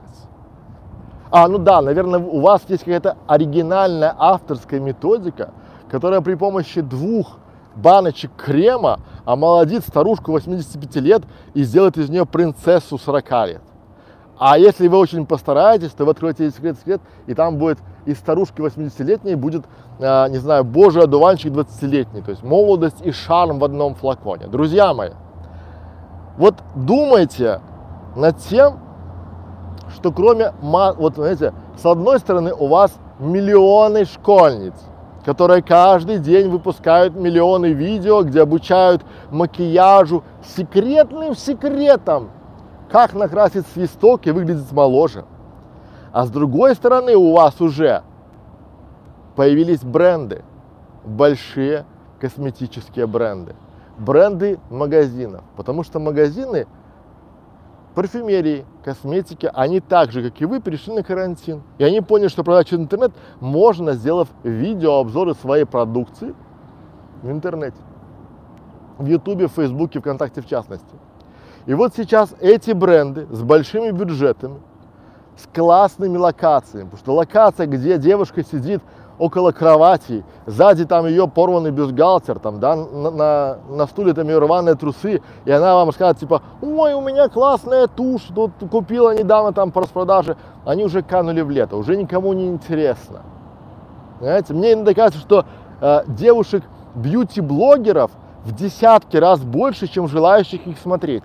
Ну да, наверное, у вас есть какая-то оригинальная авторская методика, которая при помощи 2 баночек крема омолодит старушку 85 лет и сделает из нее принцессу 40 лет. А если вы очень постараетесь, то вы откроете секрет, и там будет из старушки 80-летней будет, не знаю, божий одуванчик 20-летний. То есть молодость и шарм в одном флаконе. Друзья мои, вот думайте над тем, что кроме, вот знаете, с одной стороны у вас миллионы школьниц, которые каждый день выпускают миллионы видео, где обучают макияжу секретным секретом, как накрасить свисток и выглядеть моложе. А с другой стороны у вас уже появились бренды, большие косметические бренды, бренды магазинов, потому что магазины парфюмерии, косметики, они так же, как и вы, перешли на карантин. И они поняли, что продать через интернет можно, сделав видеообзоры своей продукции в интернете. В Ютубе, в Фейсбуке, ВКонтакте в частности. И вот сейчас эти бренды с большими бюджетами, с классными локациями, потому что локация, где девушка сидит около кровати, сзади там ее порванный бюстгальтер, там, да, на стуле там ее рваные трусы, и она вам скажет, типа, ой, у меня классная тушь, тут купила недавно там по распродаже, они уже канули в лето, уже никому не интересно. Понимаете, мне иногда кажется, что девушек бьюти-блогеров в десятки раз больше, чем желающих их смотреть.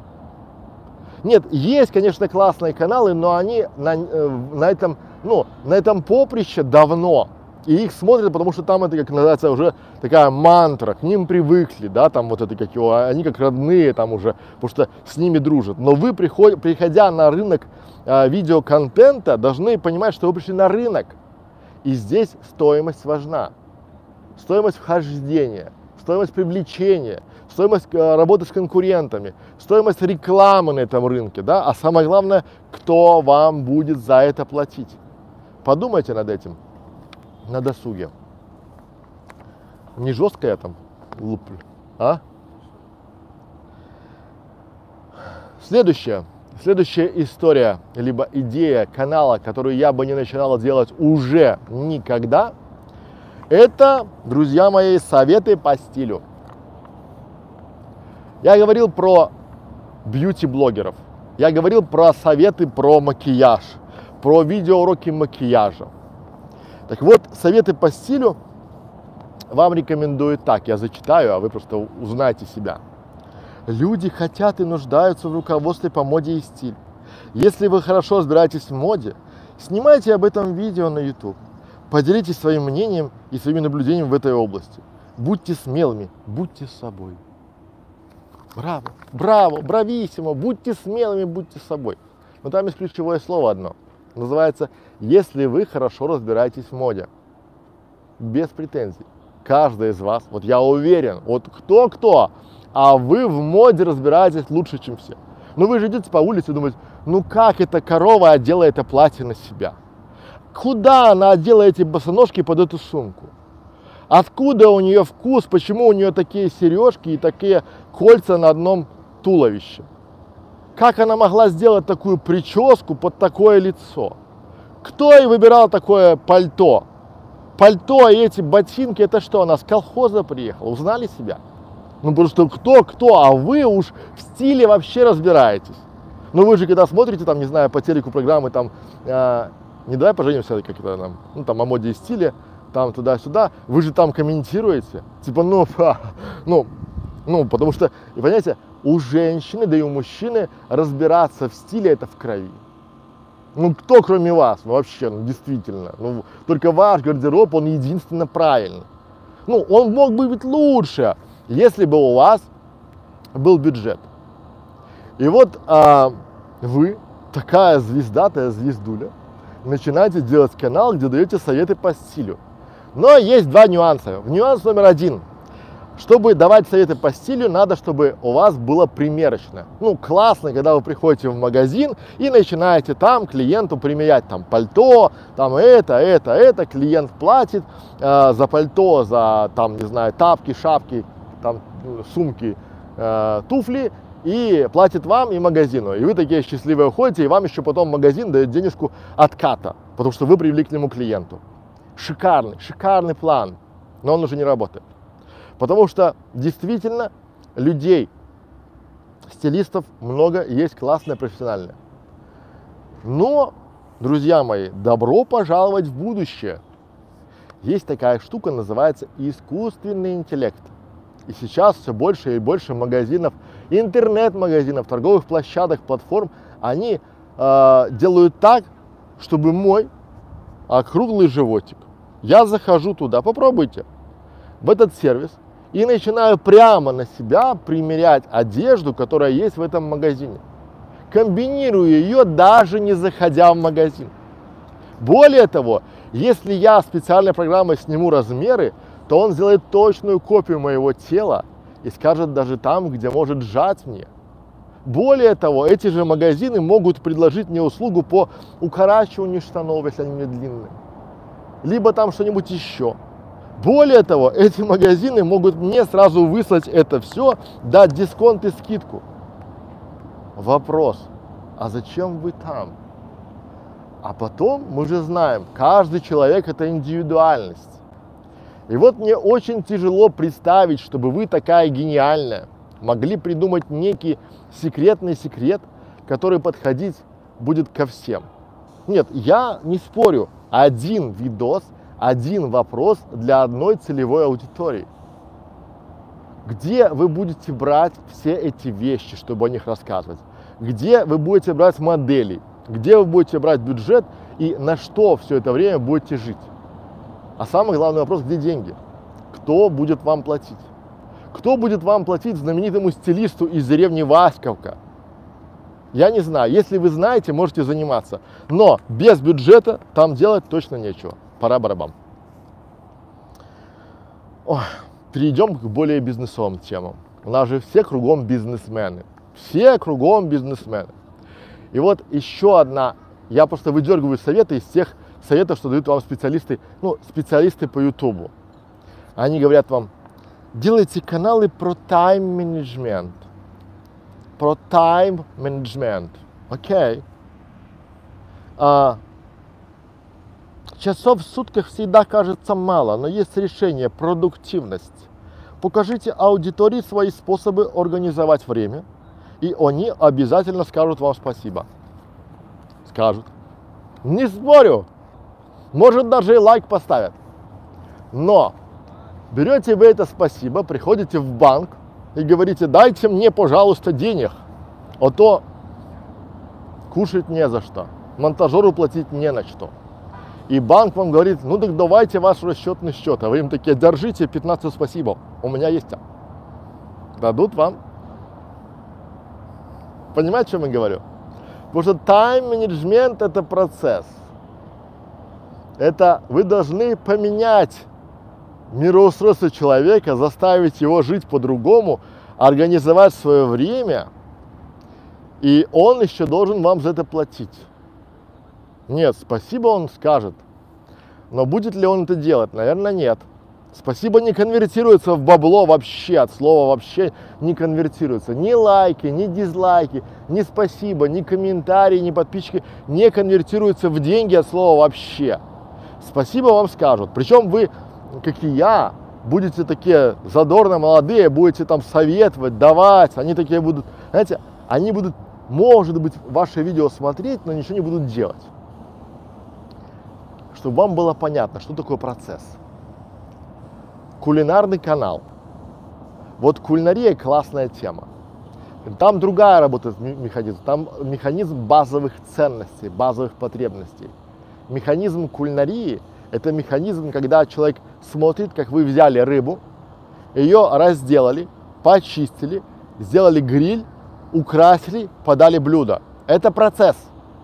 Нет, есть, конечно, классные каналы, но они на этом поприще давно. И их смотрят, потому что там это, как называется, уже такая мантра, к ним привыкли, да, там вот это как его, они как родные там уже, потому что с ними дружат. Но вы, приходя на рынок видеоконтента, должны понимать, что вы пришли на рынок. И здесь стоимость важна. Стоимость вхождения, стоимость привлечения, стоимость работы с конкурентами, стоимость рекламы на этом рынке, да, а самое главное, кто вам будет за это платить. Подумайте над этим на досуге. Не жестко я там луплю, а? Следующая история, либо идея канала, которую я бы не начинал делать уже никогда, это, друзья мои, советы по стилю. Я говорил про бьюти-блогеров. Я говорил про советы про макияж, про видеоуроки макияжа. Так вот, советы по стилю вам рекомендую так. Я зачитаю, а вы просто узнаете себя. Люди хотят и нуждаются в руководстве по моде и стилю. Если вы хорошо разбираетесь в моде, снимайте об этом видео на YouTube. Поделитесь своим мнением и своими наблюдениями в этой области. Будьте смелыми, будьте собой. Браво, браво, брависсимо, будьте смелыми, будьте собой. Но там есть ключевое слово одно. Называется «если вы хорошо разбираетесь в моде». Без претензий. Каждый из вас, вот я уверен, вот кто-кто, а вы в моде разбираетесь лучше, чем все. Ну вы же идете по улице и думаете, ну как эта корова одела это платье на себя? Куда она одела эти босоножки под эту сумку? Откуда у нее вкус, почему у нее такие сережки и такие кольца на одном туловище? Как она могла сделать такую прическу под такое лицо? Кто ей выбирал такое пальто? Пальто и эти ботинки, это что, она с колхоза приехала? Узнали себя? Ну, потому что кто, а вы уж в стиле вообще разбираетесь. Ну, вы же когда смотрите, там, не знаю, по телеку программы, там, не давай поженимся, как это там, ну, там, о моде и стиле, там, туда-сюда, вы же там комментируете, типа, потому что, и понимаете, у женщины, да и у мужчины разбираться в стиле это в крови. Ну, кто кроме вас, ну, вообще, ну, действительно, ну, только ваш гардероб, он единственно правильный. Ну, он мог бы быть лучше, если бы у вас был бюджет. И вот вы, такая звездуля, начинаете делать канал, где даете советы по стилю. Но есть два нюанса. Нюанс номер один. Чтобы давать советы по стилю, надо, чтобы у вас было примерочное. Ну, классно, когда вы приходите в магазин и начинаете там клиенту примерять там пальто, там это, клиент платит за пальто, за там, не знаю, тапки, шапки, там, сумки, туфли, и платит вам и магазину. И вы такие счастливые уходите, и вам еще потом магазин дает денежку отката, потому что вы привели к нему клиенту. Шикарный план, но он уже не работает. Потому что действительно людей, стилистов много, есть классные, профессиональные. Но, друзья мои, добро пожаловать в будущее. Есть такая штука, называется искусственный интеллект. И сейчас все больше и больше магазинов, интернет-магазинов, торговых площадок, платформ, они делают так, чтобы мой округлый животик, я захожу туда, попробуйте, в этот сервис, и начинаю прямо на себя примерять одежду, которая есть в этом магазине. Комбинирую ее, даже не заходя в магазин. Более того, если я специальной программой сниму размеры, то он сделает точную копию моего тела и скажет даже там, где может сжать мне. Более того, эти же магазины могут предложить мне услугу по укорачиванию штанов, если они мне длинные, либо там что-нибудь еще. Более того, эти магазины могут мне сразу выслать это все, дать дисконт и скидку. Вопрос, а зачем вы там? А потом мы же знаем, каждый человек это индивидуальность. И вот мне очень тяжело представить, чтобы вы такая гениальная могли придумать некий секретный секрет, который подходить будет ко всем. Нет, я не спорю, один видос, один вопрос для одной целевой аудитории. Где вы будете брать все эти вещи, чтобы о них рассказывать? Где вы будете брать модели? Где вы будете брать бюджет и на что все это время будете жить? А самый главный вопрос, где деньги? Кто будет вам платить? Кто будет вам платить знаменитому стилисту из деревни Васьковка? Я не знаю. Если вы знаете, можете заниматься. Но без бюджета там делать точно нечего. Пора барабан. Перейдем к более бизнесовым темам. У нас же все кругом бизнесмены. Все кругом бизнесмены. И вот еще одна. Я просто выдергиваю советы из тех советов, что дают вам специалисты, специалисты по Ютубу. Они говорят вам, делайте каналы про тайм-менеджмент. Про тайм-менеджмент. Окей. Часов в сутках всегда кажется мало, но есть решение – продуктивность. покажите аудитории свои способы организовать время, и они обязательно скажут вам спасибо. Скажут. Не спорю. Может, даже и лайк поставят. Но берете вы это спасибо, приходите в банк и говорите: дайте мне, пожалуйста, денег, а то кушать не за что, монтажеру платить не на что. И банк вам говорит: ну так давайте ваш расчетный счет. А вы им такие: держите 15 спасибо, у меня есть. Дадут вам. Понимаете, о чем я говорю? Потому что тайм-менеджмент – это процесс. Это вы должны поменять мироустройство человека, заставить его жить по-другому, организовать свое время, и он еще должен вам за это платить. Нет, спасибо он скажет, но будет ли он это делать? Наверное, нет. Спасибо не конвертируется в бабло вообще, от слова вообще не конвертируется. Ни лайки, ни дизлайки, ни спасибо, ни комментарии, ни подписчики не конвертируются в деньги от слова вообще. Спасибо вам скажут. Причем вы, как и я, будете такие задорно молодые, будете там советовать, давать. Они такие будут, знаете, они будут, может быть, ваше видео смотреть, но ничего не будут делать. Чтобы вам было понятно, что такое процесс. Кулинарный канал. Вот кулинария классная тема. Там другая работает механизм. Там механизм базовых ценностей, базовых потребностей. Механизм кулинарии – это механизм, когда человек смотрит, как вы взяли рыбу, ее разделали, почистили, сделали гриль, украсили, подали блюдо. Это процесс.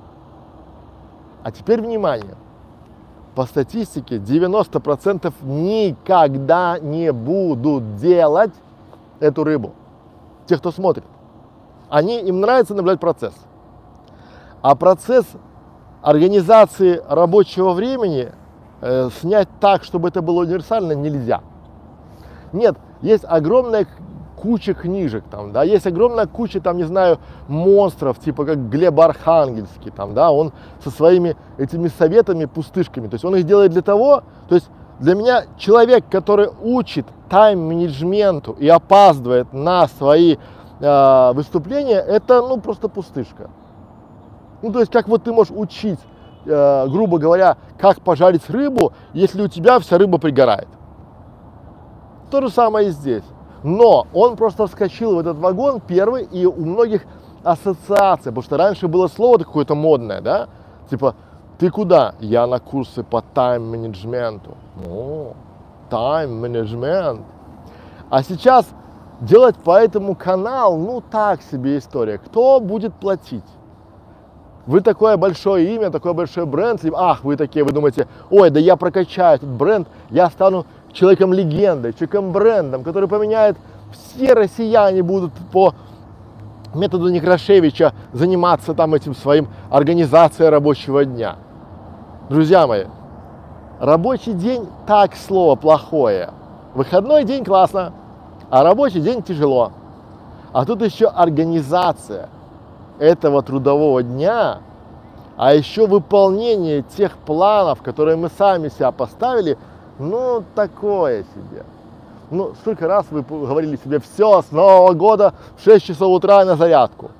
А теперь внимание. По статистике 90% никогда не будут делать эту рыбу. Те, кто смотрит. Им нравится наблюдать процесс. А процесс организации рабочего времени снять так, чтобы это было универсально, нельзя. Нет, есть огромная куча книжек, там, да, есть огромная куча, там, не знаю, монстров, типа как Глеб Архангельский, там, да, он со своими этими советами, пустышками, то есть он их делает для того, то есть для меня человек, который учит тайм-менеджменту и опаздывает на свои выступления, это, ну, просто пустышка. Ну, то есть как вот ты можешь учить, грубо говоря, как пожарить рыбу, если у тебя вся рыба пригорает. То же самое и здесь. Но он просто вскочил в этот вагон первый, и у многих ассоциация, потому что раньше было слово какое-то модное, да, типа, ты куда? Я на курсы по тайм-менеджменту. О, тайм-менеджмент. А сейчас делать по этому канал, ну так себе история. Кто будет платить? Вы такое большое имя, такой большой бренд, вы такие, вы думаете: ой, да я прокачаю этот бренд, я стану человеком-легендой, человеком-брендом, который поменяет, все россияне будут по методу Некрашевича заниматься там этим своим организацией рабочего дня. Друзья мои, рабочий день так слово плохое. Выходной день классно, а рабочий день тяжело. А тут еще организация этого трудового дня, а еще выполнение тех планов, которые мы сами себя поставили, ну, такое себе. Ну, сколько раз вы говорили себе: все, с Нового года в 6 часов утра на зарядку.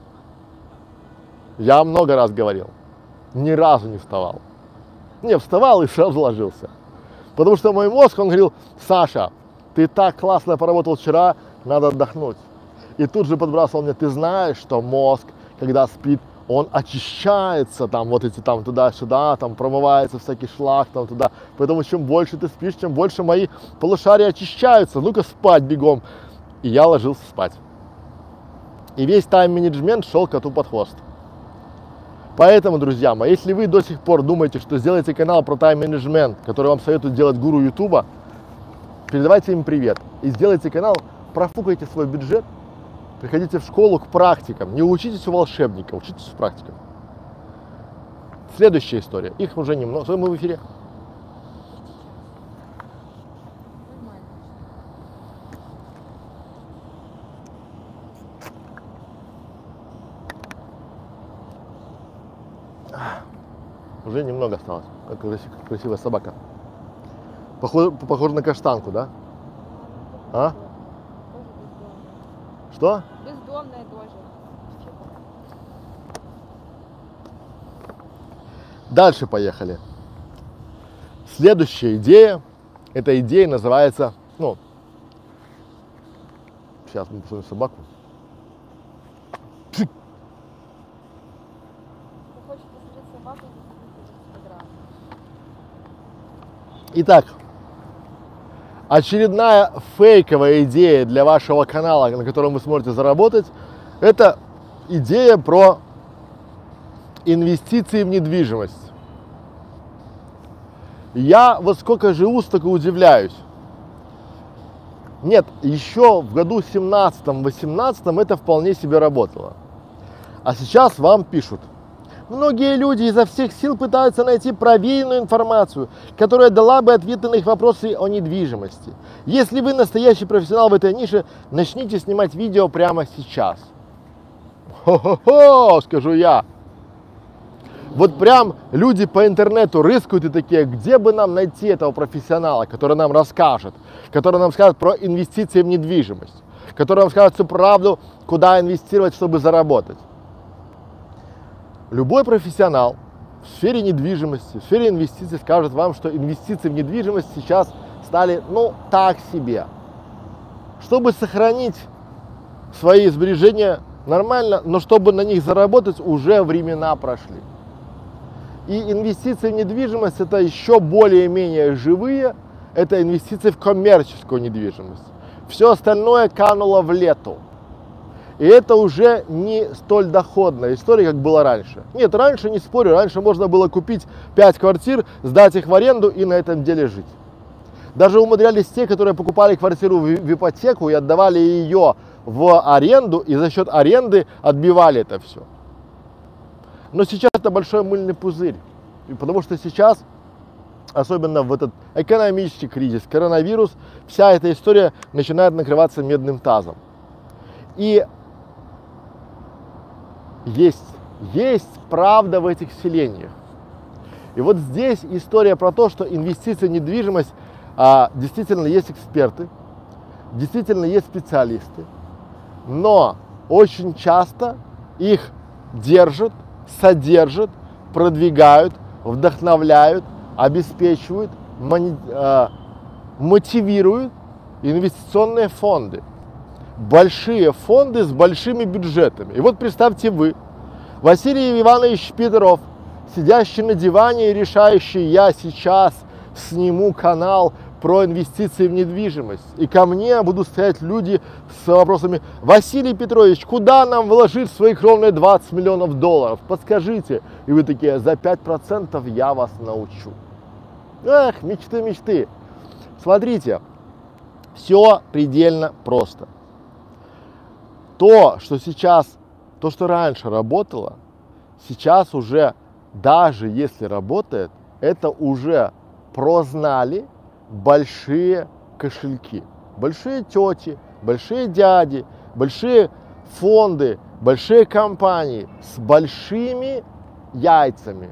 Я много раз говорил, ни разу не вставал. Не, вставал и сразу ложился. Потому что мой мозг, он говорил: Саша, ты так классно поработал вчера, надо отдохнуть. И тут же подбрасывал мне: ты знаешь, что мозг, когда спит, он очищается, там, вот эти там туда-сюда, там промывается всякий шлак, там туда. Поэтому чем больше ты спишь, тем больше мои полушария очищаются. Ну-ка спать бегом. И я ложился спать. И весь тайм-менеджмент шел коту под хвост. Поэтому, друзья мои, если вы до сих пор думаете, что сделаете канал про тайм-менеджмент, который вам советует делать гуру Ютуба, передавайте им привет. И сделайте канал, профукайте свой бюджет, приходите в школу к практикам, не учитесь у волшебника, учитесь у практиков. Следующая история, их уже немного, мы в эфире. Уже немного осталось, как красивая собака. Похоже на каштанку, да? А? Что? Бездомные тоже. Дальше поехали. Следующая идея. Эта идея называется, ну, сейчас мы посмотрим собаку. Кто хочет посмотреть собаку, в Инстаграм. Итак, очередная фейковая идея для вашего канала, на котором вы сможете заработать, это идея про инвестиции в недвижимость. Я вот сколько живу, столько удивляюсь. Нет, еще в году 17-18 это вполне себе работало. А сейчас вам пишут. Многие люди изо всех сил пытаются найти проверенную информацию, которая дала бы ответы на их вопросы о недвижимости. Если вы настоящий профессионал в этой нише, начните снимать видео прямо сейчас. Хо-хо-хо, скажу я. Вот прям люди по интернету рыскают и такие, где бы нам найти этого профессионала, который нам расскажет, который нам скажет про инвестиции в недвижимость, который нам скажет всю правду, куда инвестировать, чтобы заработать. Любой профессионал в сфере недвижимости, в сфере инвестиций скажет вам, что инвестиции в недвижимость сейчас стали, ну, так себе. Чтобы сохранить свои сбережения нормально, но чтобы на них заработать, уже времена прошли. И инвестиции в недвижимость это еще более-менее живые, это инвестиции в коммерческую недвижимость. Все остальное кануло в лету. И это уже не столь доходная история, как было раньше. Нет, раньше, не спорю, раньше можно было купить 5 квартир, сдать их в аренду и на этом деле жить. Даже умудрялись те, которые покупали квартиру в ипотеку и отдавали ее в аренду, и за счет аренды отбивали это все. Но сейчас это большой мыльный пузырь, потому что сейчас, особенно в этот экономический кризис, коронавирус, вся эта история начинает накрываться медным тазом. И есть правда в этих селениях. И вот здесь история про то, что инвестиции в недвижимость, действительно есть эксперты, действительно есть специалисты, но очень часто их держат, содержат, продвигают, вдохновляют, обеспечивают, мотивируют инвестиционные фонды. Большие фонды с большими бюджетами. И вот представьте вы, Василий Иванович Петров, сидящий на диване и решающий, я сейчас сниму канал про инвестиции в недвижимость. И ко мне будут стоять люди с вопросами: Василий Петрович, куда нам вложить свои кровные 20 миллионов долларов? Подскажите. И вы такие: за 5% я вас научу. Эх, мечты, мечты. Смотрите, все предельно просто. То, что раньше работало, сейчас уже, даже если работает, это уже прознали большие кошельки, большие тети, большие дяди, большие фонды, большие компании с большими яйцами.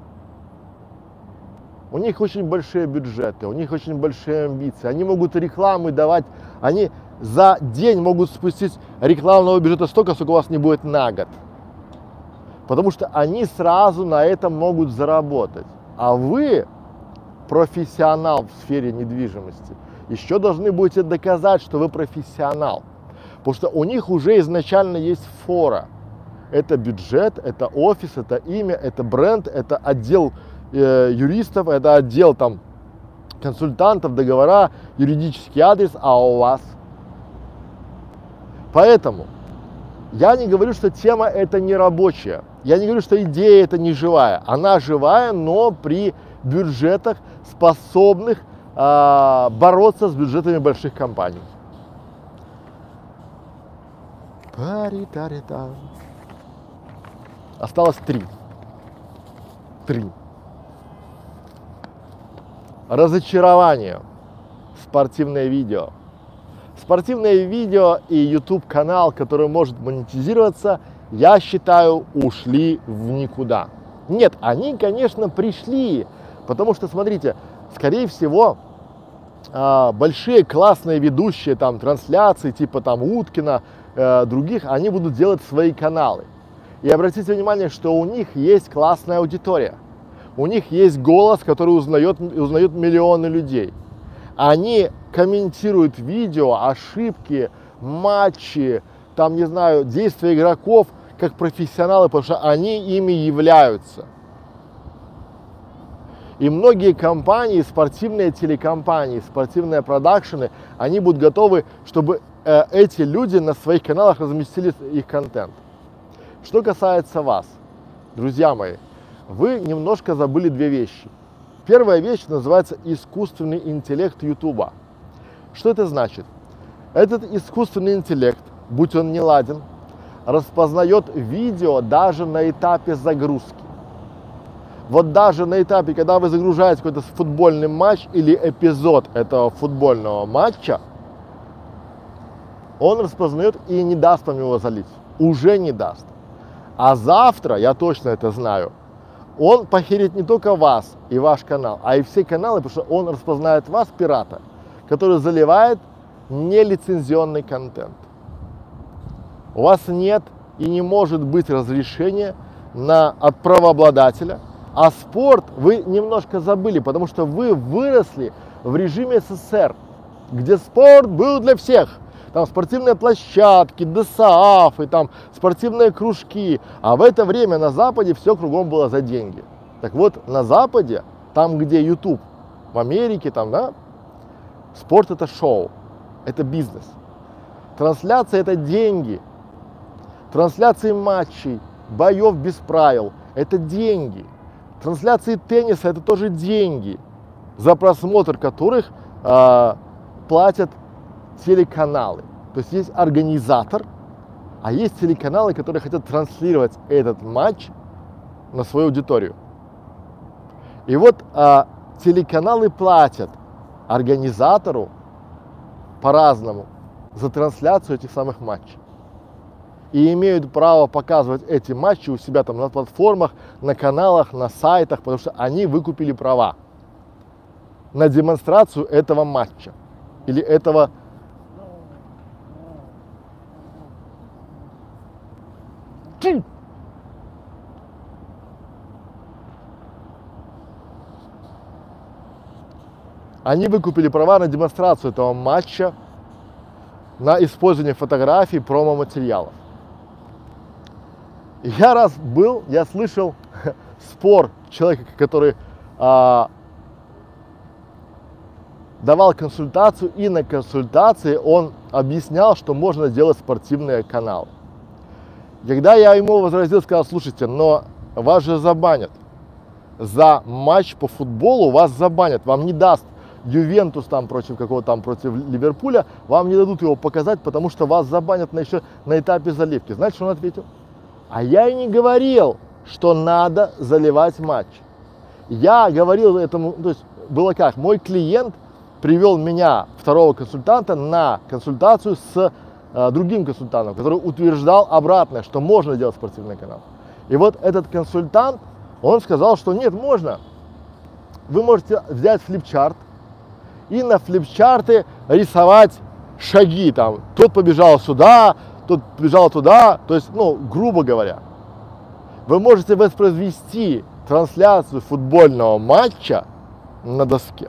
У них очень большие бюджеты, у них очень большие амбиции, они могут рекламы давать, они за день могут спустить рекламного бюджета столько, сколько у вас не будет на год. Потому что они сразу на этом могут заработать. А вы, профессионал в сфере недвижимости, еще должны будете доказать, что вы профессионал. Потому что у них уже изначально есть фора. Это бюджет, это офис, это имя, это бренд, это отдел юристов, это отдел там консультантов, договора, юридический адрес, а у вас. Поэтому я не говорю, что тема это не рабочая. Я не говорю, что идея это не живая. Она живая, но при бюджетах, способных бороться с бюджетами больших компаний. Осталось 3. Разочарование. Спортивное видео. Спортивное видео и YouTube канал, который может монетизироваться, я считаю, ушли в никуда. Нет, они, конечно, пришли, потому что, смотрите, скорее всего, большие классные ведущие там трансляции, типа там Уткина, других, они будут делать свои каналы. И обратите внимание, что у них есть классная аудитория. У них есть голос, который узнают миллионы людей. Они комментируют видео, ошибки, матчи, там, не знаю, действия игроков как профессионалы, потому что они ими являются. И многие компании, спортивные телекомпании, спортивные продакшены, они будут готовы, чтобы эти люди на своих каналах разместили их контент. Что касается вас, друзья мои, вы немножко забыли две вещи. Первая вещь называется искусственный интеллект YouTube. Что это значит? Этот искусственный интеллект, будь он неладен, распознает видео даже на этапе загрузки. Вот даже на этапе, когда вы загружаете какой-то футбольный матч или эпизод этого футбольного матча, он распознает и не даст вам его залить. Уже не даст. А завтра, я точно это знаю, он похерит не только вас и ваш канал, а и все каналы, потому что он распознает вас, пирата, который заливает нелицензионный контент. У вас нет и не может быть разрешения от правообладателя, а спорт вы немножко забыли, потому что вы выросли в режиме СССР, где спорт был для всех. Там спортивные площадки, ДСААФы, там спортивные кружки. А в это время на Западе все кругом было за деньги. Так вот, на Западе, там, где YouTube, в Америке, там, да, спорт это шоу, это бизнес. Трансляция это деньги. Трансляции матчей, боев без правил это деньги. Трансляции тенниса это тоже деньги, за просмотр которых платят телеканалы. То есть есть организатор, а есть телеканалы, которые хотят транслировать этот матч на свою аудиторию. И вот телеканалы платят организатору по-разному за трансляцию этих самых матчей. И имеют право показывать эти матчи у себя там на платформах, на каналах, на сайтах, потому что они выкупили права на демонстрацию этого матча или этого. Они выкупили права на демонстрацию этого матча, на использование фотографий, промо-материалов. Я слышал спор человека, который давал консультацию, и на консультации он объяснял, что можно делать спортивные каналы. Когда я ему возразил, сказал: слушайте, но вас же забанят. За матч по футболу вас забанят, вам не даст Ювентус там против какого-то там, против Ливерпуля, вам не дадут его показать, потому что вас забанят еще на этапе заливки. Знаете, что он ответил? А я и не говорил, что надо заливать матч. Я говорил этому, то есть было как, мой клиент привел меня, второго консультанта, на консультацию с другим консультантом, который утверждал обратное, что можно делать спортивный канал. И вот этот консультант, он сказал, что нет, можно. Вы можете взять флипчарт и на флипчарте рисовать шаги. Там, тот побежал сюда, тот побежал туда. То есть, грубо говоря, вы можете воспроизвести трансляцию футбольного матча на доске.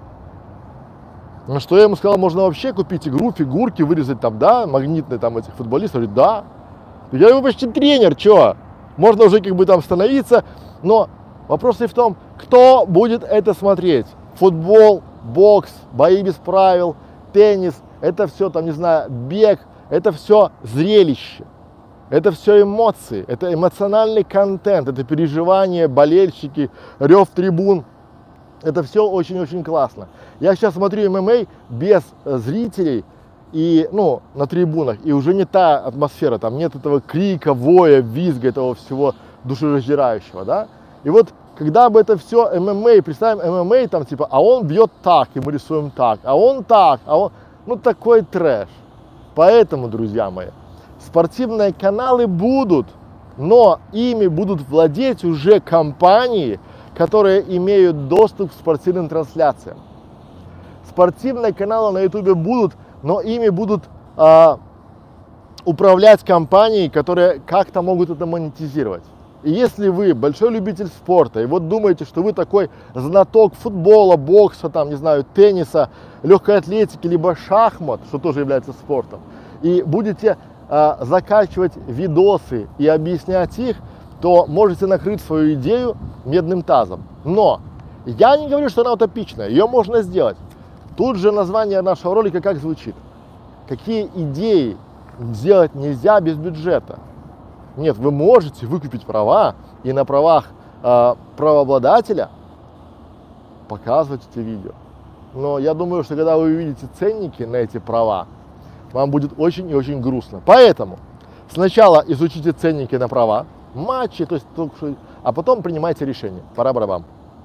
На что я ему сказал, можно вообще купить игру, фигурки, вырезать там, да, магнитные там этих футболистов. Он говорит, да. Я его почти тренер, чё? Можно уже как бы там становиться, но вопрос и в том, кто будет это смотреть. Футбол, бокс, бои без правил, теннис, это все там, не знаю, бег, это все зрелище. Это все эмоции, это эмоциональный контент, это переживания, болельщики, рев трибун. Это все очень-очень классно. Я сейчас смотрю ММА без зрителей и, на трибунах, и уже не та атмосфера, там нет этого крика, воя, визга, этого всего душераздирающего, да. И вот, когда бы это все ММА, представим ММА, там типа, а он бьет так, и мы рисуем так, а он так, а он, такой трэш. Поэтому, друзья мои, спортивные каналы будут, но ими будут владеть уже компании, которые имеют доступ к спортивным трансляциям. Спортивные каналы на YouTube будут, но ими будут управлять компанией, которые как-то могут это монетизировать. И если вы большой любитель спорта, и вот думаете, что вы такой знаток футбола, бокса, там, не знаю, тенниса, легкой атлетики, либо шахмат, что тоже является спортом, и будете закачивать видосы и объяснять их, то можете накрыть свою идею медным тазом. Но я не говорю, что она утопичная, ее можно сделать. Тут же название нашего ролика как звучит. Какие идеи сделать нельзя без бюджета? Нет, вы можете выкупить права и на правах правообладателя показывать эти видео. Но я думаю, что когда вы увидите ценники на эти права, вам будет очень и очень грустно. Поэтому сначала изучите ценники на права, матчи, то есть, а потом принимайте решение. Пора барабам.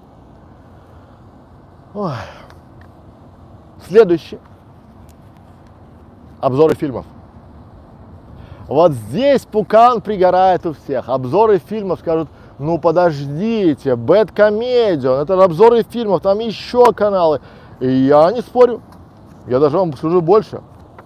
Ой. Следующий. Обзоры фильмов. Вот здесь пукан пригорает у всех. Обзоры фильмов скажут, ну подождите, Бэдкомедиан, это обзоры фильмов, там еще каналы. И я не спорю, я даже вам скажу больше.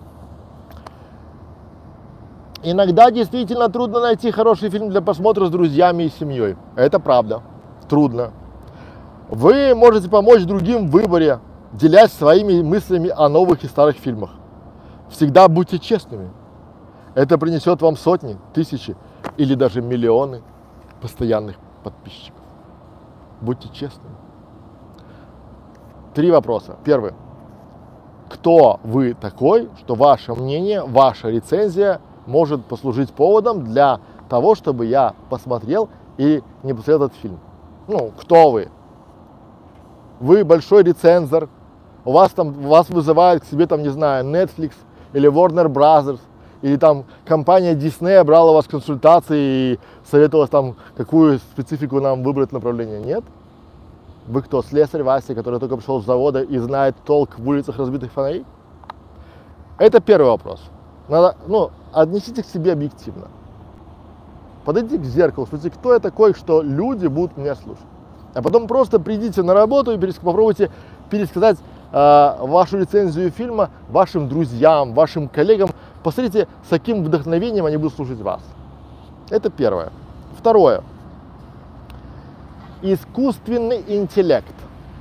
Иногда действительно трудно найти хороший фильм для просмотра с друзьями и семьей. Это правда, трудно. Вы можете помочь другим в выборе, делясь своими мыслями о новых и старых фильмах. Всегда будьте честными. Это принесет вам сотни, тысячи или даже миллионы постоянных подписчиков. Будьте честными. 3 вопроса. Первый. Кто вы такой, что ваше мнение, ваша рецензия может послужить поводом для того, чтобы я посмотрел и не посмотрел этот фильм? Ну, кто вы? Вы большой рецензор, вас вызывает к себе, там, не знаю, Netflix или Warner Brothers, или там компания Disney брала у вас консультации и советовала там, какую специфику нам выбрать направление. Нет? Вы кто, слесарь Вася, который только пришел с завода и знает толк в улицах разбитых фонарей? Это первый вопрос. Надо, отнесите к себе объективно. Подойдите к зеркалу, спросите, кто я такой, что люди будут меня слушать. А потом просто придите на работу и попробуйте пересказать вашу рецензию фильма вашим друзьям, вашим коллегам. Посмотрите, с каким вдохновением они будут слушать вас. Это первое. Второе. Искусственный интеллект.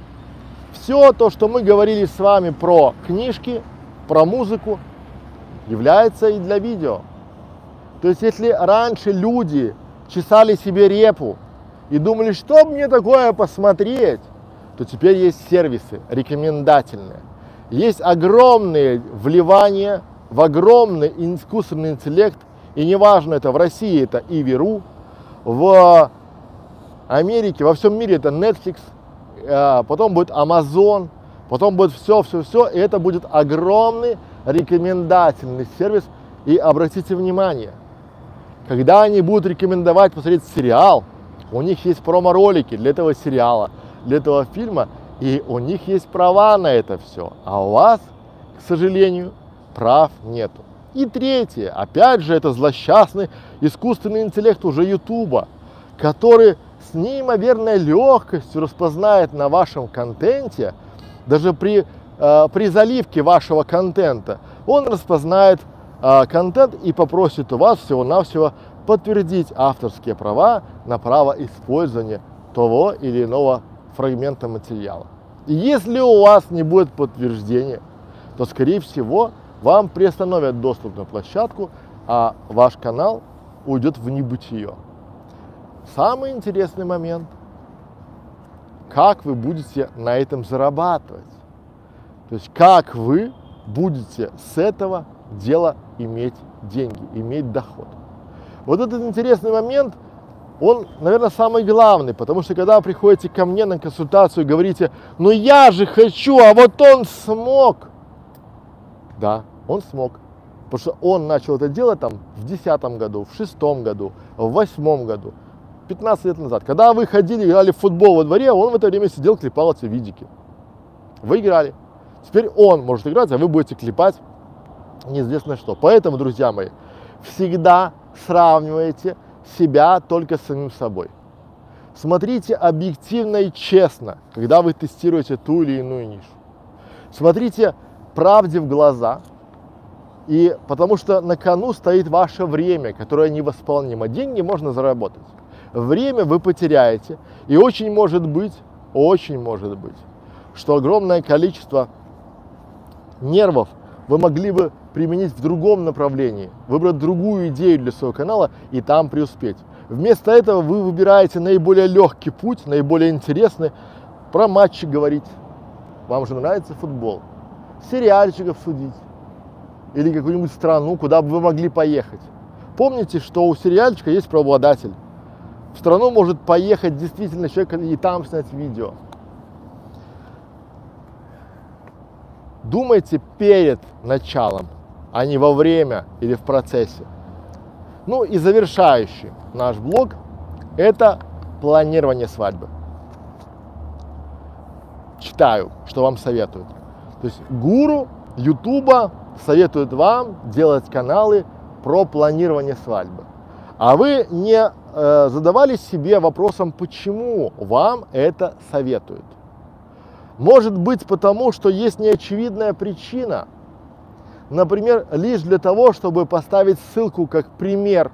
Все то, что мы говорили с вами про книжки, про музыку, является и для видео. То есть, если раньше люди чесали себе репу и думали, что мне такое посмотреть, то теперь есть сервисы рекомендательные. Есть огромные вливания в огромный искусственный интеллект, и неважно, это в России это Иви.ру, в Америке, во всем мире это Netflix, потом будет Amazon, потом будет все, и это будет огромный рекомендательный сервис. И обратите внимание, когда они будут рекомендовать посмотреть сериал, у них есть промо-ролики для этого сериала, для этого фильма, и у них есть права на это все, а у вас, к сожалению, прав нету. И третье, опять же, это злосчастный искусственный интеллект уже Ютуба, который с неимоверной легкостью распознает на вашем контенте, даже при заливке вашего контента, он распознает контент и попросит у вас всего-навсего подтвердить авторские права на право использования того или иного фрагмента материала. И если у вас не будет подтверждения, то, скорее всего, вам приостановят доступ на площадку, а ваш канал уйдет в небытие. Самый интересный момент, как вы будете на этом зарабатывать. То есть, как вы будете с этого дела иметь деньги, иметь доход. Вот этот интересный момент, он, наверное, самый главный, потому что когда вы приходите ко мне на консультацию и говорите, ну я же хочу, а вот он смог. Да, он смог, потому что он начал это делать там в 2010 году, в 2006 году, в 2008 году, 15 лет назад. Когда вы ходили, играли в футбол во дворе, он в это время сидел, клепал эти видики. Вы играли. Теперь он может играть, а вы будете клепать неизвестно что. Поэтому, друзья мои, всегда сравнивайте себя только с самим собой. Смотрите объективно и честно, когда вы тестируете ту или иную нишу. Смотрите правде в глаза И потому что на кону стоит ваше время, которое невосполнимо. Деньги можно заработать. Время вы потеряете. И очень может быть, что огромное количество нервов вы могли бы применить в другом направлении, выбрать другую идею для своего канала и там преуспеть. Вместо этого вы выбираете наиболее легкий путь, наиболее интересный, про матчи говорить. Вам же нравится футбол. Сериальчиков судить. Или какую-нибудь страну, куда бы вы могли поехать. Помните, что у сериальчика есть правообладатель. В страну может поехать действительно человек и там снять видео. Думайте перед началом, а не во время или в процессе. Ну и завершающий наш блог – это планирование свадьбы. Читаю, что вам советуют. То есть гуру Ютуба советует вам делать каналы про планирование свадьбы. А вы не задавались себе вопросом, почему вам это советуют? Может быть, потому что есть неочевидная причина. Например, лишь для того, чтобы поставить ссылку как пример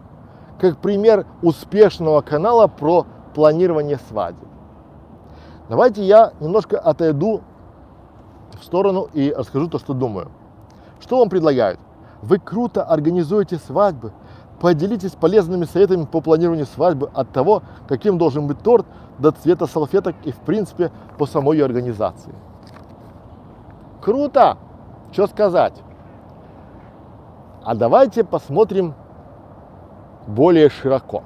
успешного канала про планирование свадеб. Давайте я немножко отойду в сторону и расскажу то, что думаю. Что вам предлагают? Вы круто организуете свадьбы, поделитесь полезными советами по планированию свадьбы от того, каким должен быть торт, до цвета салфеток и, в принципе, по самой ее организации. Круто! Что сказать? А давайте посмотрим более широко.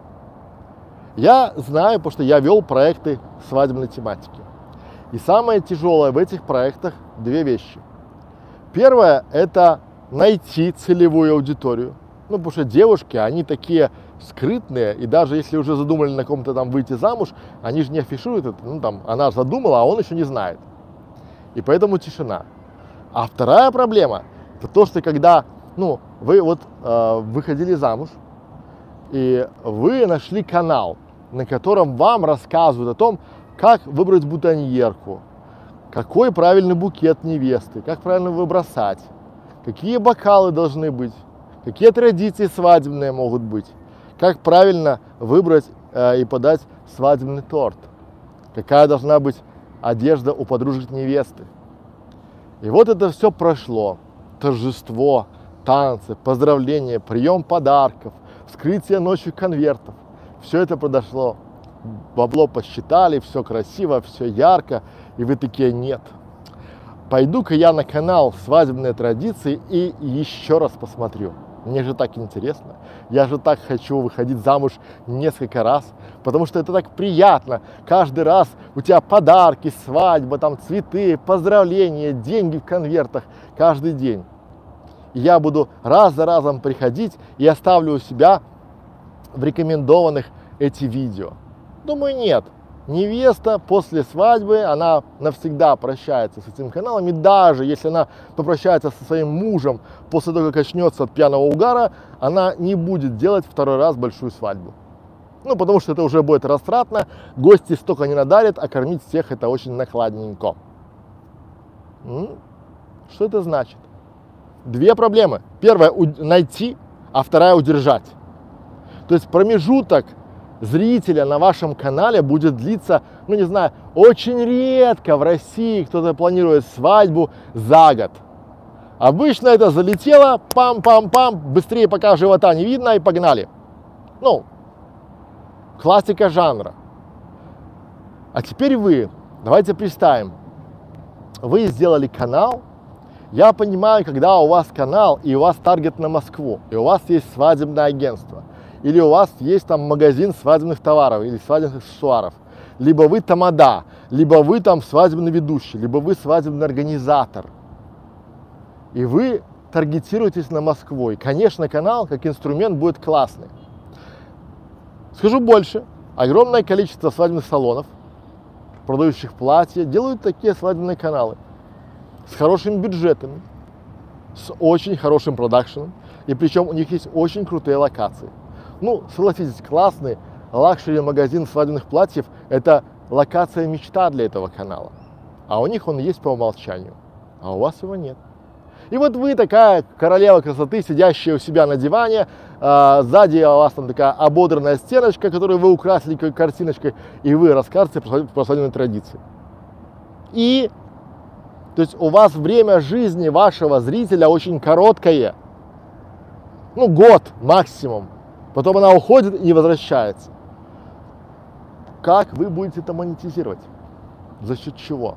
Я знаю, потому что я вел проекты свадебной тематики. И самое тяжелое в этих проектах две вещи. Первое – это найти целевую аудиторию. Ну, потому что девушки, они такие скрытные, и даже если уже задумали на ком-то там выйти замуж, они же не афишируют это. Ну, там, она задумала, а он еще не знает. И поэтому тишина. А вторая проблема – это то, что когда, ну, вы вот выходили замуж, и вы нашли канал, на котором вам рассказывают о том, как выбрать бутоньерку, какой правильный букет невесты, как правильно его бросать, какие бокалы должны быть, какие традиции свадебные могут быть, как правильно выбрать и подать свадебный торт, какая должна быть одежда у подружек невесты. И вот это все прошло. Торжество, танцы, поздравления, прием подарков, вскрытие ночью конвертов. Все это произошло. Бабло посчитали, все красиво, все ярко. И вы такие: нет. Пойду-ка я на канал «Свадебные традиции» и еще раз посмотрю. Мне же так интересно. Я же так хочу выходить замуж несколько раз, потому что это так приятно. Каждый раз у тебя подарки, свадьба, там цветы, поздравления, деньги в конвертах каждый день. И я буду раз за разом приходить и оставлю у себя в рекомендованных эти видео. Думаю, нет. Невеста после свадьбы, она навсегда прощается с этим каналом, и даже если она попрощается со своим мужем после того, как очнется от пьяного угара, она не будет делать второй раз большую свадьбу. Ну, потому что это уже будет растратно, гости столько не надарят, а кормить всех это очень накладненько. Что это значит? Две проблемы. Первая – найти, а вторая – удержать. То есть промежуток зрителя на вашем канале будет длиться, ну не знаю, очень редко в России кто-то планирует свадьбу за год. Обычно это залетело, пам-пам-пам, быстрее пока живота не видно, и погнали. Ну, классика жанра. А теперь вы, давайте представим, вы сделали канал. Я понимаю, когда у вас канал и у вас таргет на Москву, и у вас есть свадебное агентство, или у вас есть там магазин свадебных товаров или свадебных аксессуаров, либо вы тамада, либо вы там свадебный ведущий, либо вы свадебный организатор, и вы таргетируетесь на Москву. И, конечно, канал как инструмент будет классный. Скажу больше, огромное количество свадебных салонов, продающих платья, делают такие свадебные каналы с хорошими бюджетами, с очень хорошим продакшеном, и причем у них есть очень крутые локации. Ну, согласитесь, классный лакшери магазин свадебных платьев – это локация мечта для этого канала. А у них он есть по умолчанию, а у вас его нет. И вот вы такая королева красоты, сидящая у себя на диване, сзади у вас там такая ободранная стеночка, которую вы украсили картиночкой, и вы рассказываете про свадебные традиции. И, то есть у вас время жизни вашего зрителя очень короткое, ну год максимум, потом она уходит и не возвращается. Как вы будете это монетизировать? За счет чего?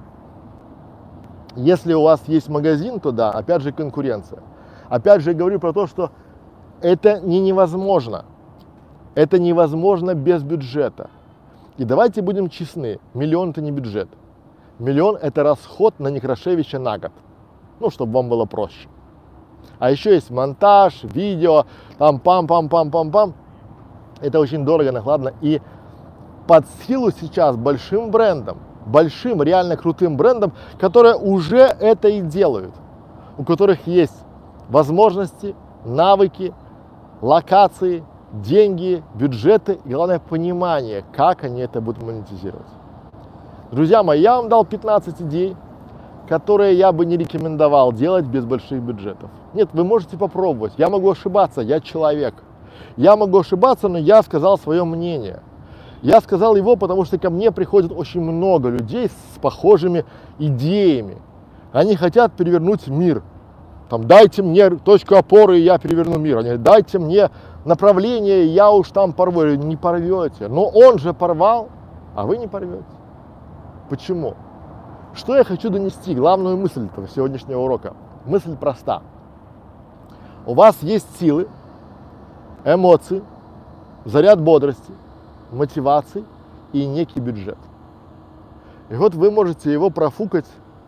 Если у вас есть магазин, то да, опять же конкуренция. Опять же я говорю про то, что это невозможно. Это невозможно без бюджета. И давайте будем честны, миллион это не бюджет. Миллион это расход на Некрашевича на год. Ну, чтобы вам было проще. А еще есть монтаж, видео, там пам-пам-пам-пам-пам. Это очень дорого, накладно. И под силу сейчас большим брендам, большим реально крутым брендам, которые уже это и делают, у которых есть возможности, навыки, локации, деньги, бюджеты и, главное, понимание, как они это будут монетизировать. Друзья мои, я вам дал 15 идей, которые я бы не рекомендовал делать без больших бюджетов. Нет, вы можете попробовать, я могу ошибаться, я человек. Я могу ошибаться, но я сказал свое мнение. Я сказал его, потому что ко мне приходит очень много людей с похожими идеями. Они хотят перевернуть мир. Там, дайте мне точку опоры, и я переверну мир. Они говорят, дайте мне направление, и я уж там порву. Я говорю, не порвете. Но он же порвал, а вы не порвете. Почему? Что я хочу донести? Главную мысль этого сегодняшнего урока. Мысль проста. У вас есть силы, эмоции, заряд бодрости, мотивации и некий бюджет. И вот вы можете его профукать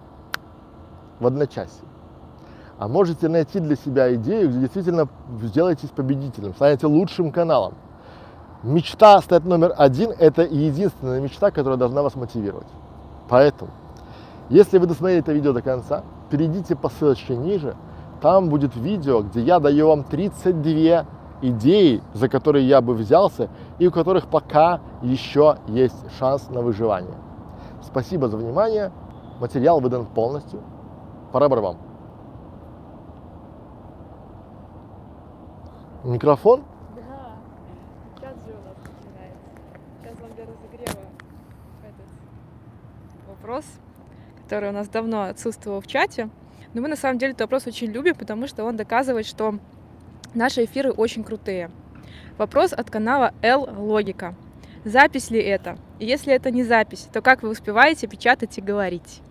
в одночасье. А можете найти для себя идею, где действительно сделаетесь победителем, станете лучшим каналом. Мечта стать номер один – это единственная мечта, которая должна вас мотивировать. Поэтому, если вы досмотрели это видео до конца, перейдите по ссылочке ниже, там будет видео, где я даю вам 32 идеи, за которые я бы взялся, и у которых пока еще есть шанс на выживание. Спасибо за внимание. Материал выдан полностью. Пора барабан. Микрофон? Да. Сейчас же у нас начинается. Сейчас вам для разогрева этот вопрос, который у нас давно отсутствовал в чате. Но мы на самом деле этот вопрос очень любим, потому что он доказывает, что наши эфиры очень крутые. Вопрос от канала L-Логика. Запись ли это? И если это не запись, то как вы успеваете печатать и говорить?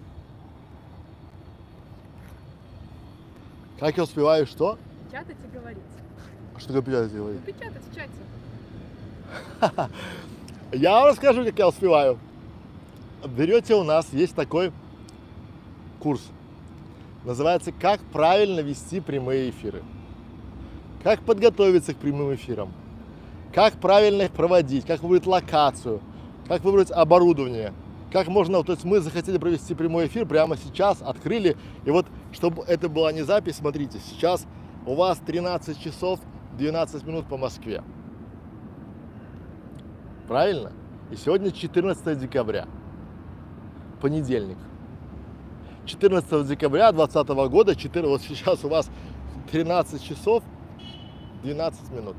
Как я успеваю что? Печатать и говорить. Что такое печатать и говорить? Ну, печатать в чате. Я вам расскажу, как я успеваю. Берете, у нас есть такой курс. Называется «Как правильно вести прямые эфиры». Как подготовиться к прямым эфирам. Как правильно их проводить. Как выбрать локацию. Как выбрать оборудование. Как можно, то есть мы захотели провести прямой эфир прямо сейчас, открыли. И вот, чтобы это была не запись, смотрите, сейчас у вас 13 часов 12 минут по Москве. Правильно? И сегодня 14 декабря. Понедельник. 14 декабря 2020 года, вот сейчас у вас 13 часов 12 минут.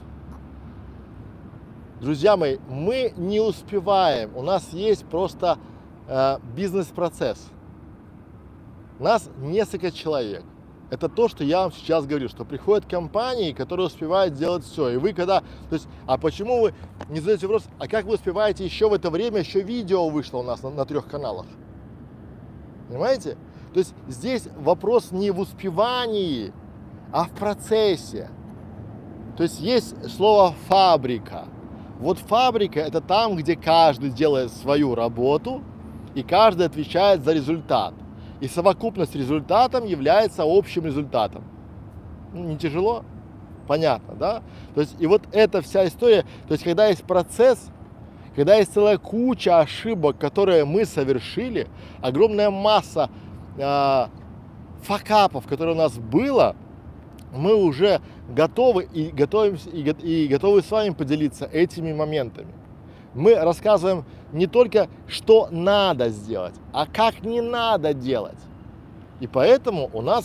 Друзья мои, мы не успеваем, у нас есть просто бизнес-процесс. Нас несколько человек. Это то, что я вам сейчас говорю, что приходят компании, которые успевают делать все. И вы когда, то есть, а почему вы не задаете вопрос, а как вы успеваете еще в это время, еще видео вышло у нас на 3 каналах? Понимаете? То есть здесь вопрос не в успевании, а в процессе. То есть есть слово фабрика. Вот фабрика это там, где каждый делает свою работу и каждый отвечает за результат. И совокупность результатом является общим результатом. Ну, не тяжело? Понятно, да? То есть и вот эта вся история, то есть когда есть процесс, когда есть целая куча ошибок, которые мы совершили, огромная масса факапов, которые у нас было, мы уже готовы и готовимся и готовы с вами поделиться этими моментами. Мы рассказываем не только, что надо сделать, а как не надо делать. И поэтому у нас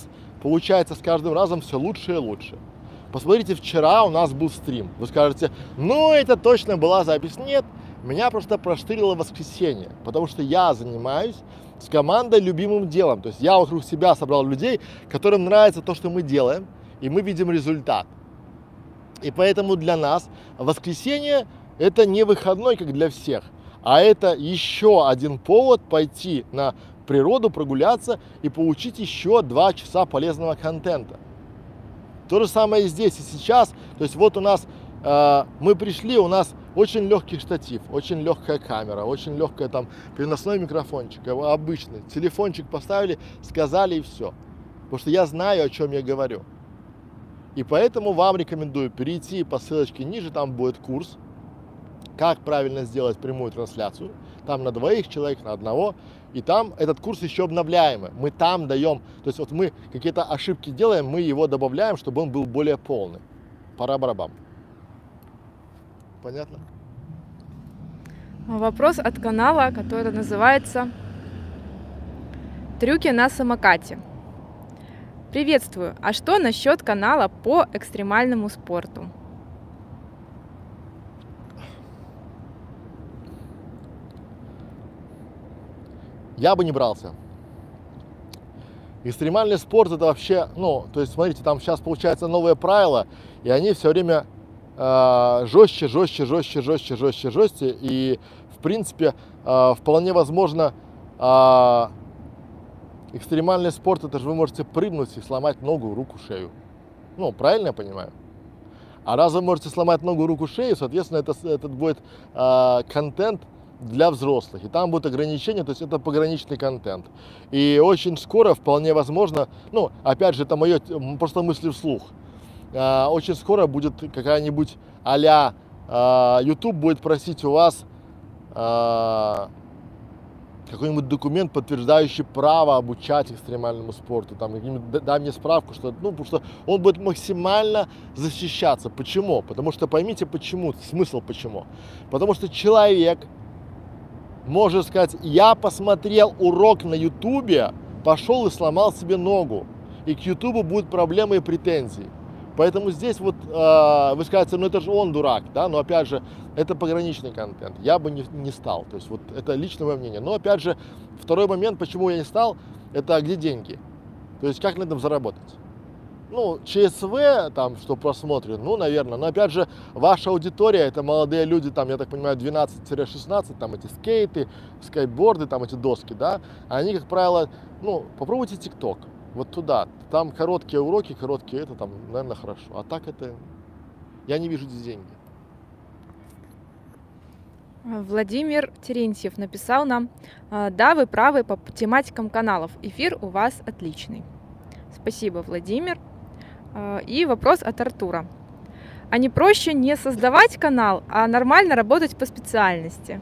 получается с каждым разом все лучше и лучше. Посмотрите, вчера у нас был стрим. Вы скажете, ну это точно была запись. Нет, меня просто проштырило воскресенье, потому что я занимаюсь с командой любимым делом. То есть я вокруг себя собрал людей, которым нравится то, что мы делаем, и мы видим результат. И поэтому для нас воскресенье это не выходной, как для всех, а это еще один повод пойти на природу, прогуляться и получить еще 2 часа полезного контента. То же самое и здесь, и сейчас. То есть вот у нас, мы пришли, у нас очень легкий штатив, очень легкая камера, очень легкая там переносной микрофончик, обычный. Телефончик поставили, сказали и все. Потому что я знаю, о чем я говорю. И поэтому вам рекомендую перейти по ссылочке ниже, там будет курс, как правильно сделать прямую трансляцию. Там на 2 человек, на 1. И там этот курс еще обновляемый. Мы там даем, то есть вот мы какие-то ошибки делаем, мы его добавляем, чтобы он был более полный. Пара-барабам. Понятно? Вопрос от канала, который называется «Трюки на самокате». Приветствую. А что насчет канала по экстремальному спорту? Я бы не брался. Экстремальный спорт это вообще, ну, то есть, смотрите, там сейчас получается новые правила, и они все время жестче, и, в принципе, вполне возможно, экстремальный спорт, это же вы можете прыгнуть и сломать ногу, руку, шею. Ну, правильно я понимаю? А раз вы можете сломать ногу, руку, шею, соответственно, это будет контент для взрослых, и там будут ограничения, то есть это пограничный контент. И очень скоро, вполне возможно, ну, опять же, это мое просто мысли вслух, очень скоро будет какая-нибудь а-ля YouTube будет просить у вас какой-нибудь документ, подтверждающий право обучать экстремальному спорту, там, дай мне справку, что, ну, потому что он будет максимально защищаться. Почему? Потому что поймите почему, смысл почему. Потому что человек может сказать, я посмотрел урок на ютубе, пошел и сломал себе ногу, и к ютубу будут проблемы и претензии. Поэтому здесь вот вы скажете, ну это же он дурак, да, но опять же, это пограничный контент, я бы не стал, то есть вот это личное мое мнение. Но опять же, второй момент, почему я не стал, это где деньги, то есть как на этом заработать. Ну, ЧСВ, там, что просмотрен, ну, наверное, но опять же, ваша аудитория, это молодые люди, там, я так понимаю, 12-16, там, эти скейты, скейтборды, там, эти доски, да, они, как правило, ну, попробуйте ТикТок. Вот туда, там короткие уроки, короткие, это там, наверное, хорошо. А так это, я не вижу здесь деньги. Владимир Терентьев написал нам, да, вы правы по тематикам каналов, эфир у вас отличный. Спасибо, Владимир. И вопрос от Артура. А не проще не создавать канал, а нормально работать по специальности?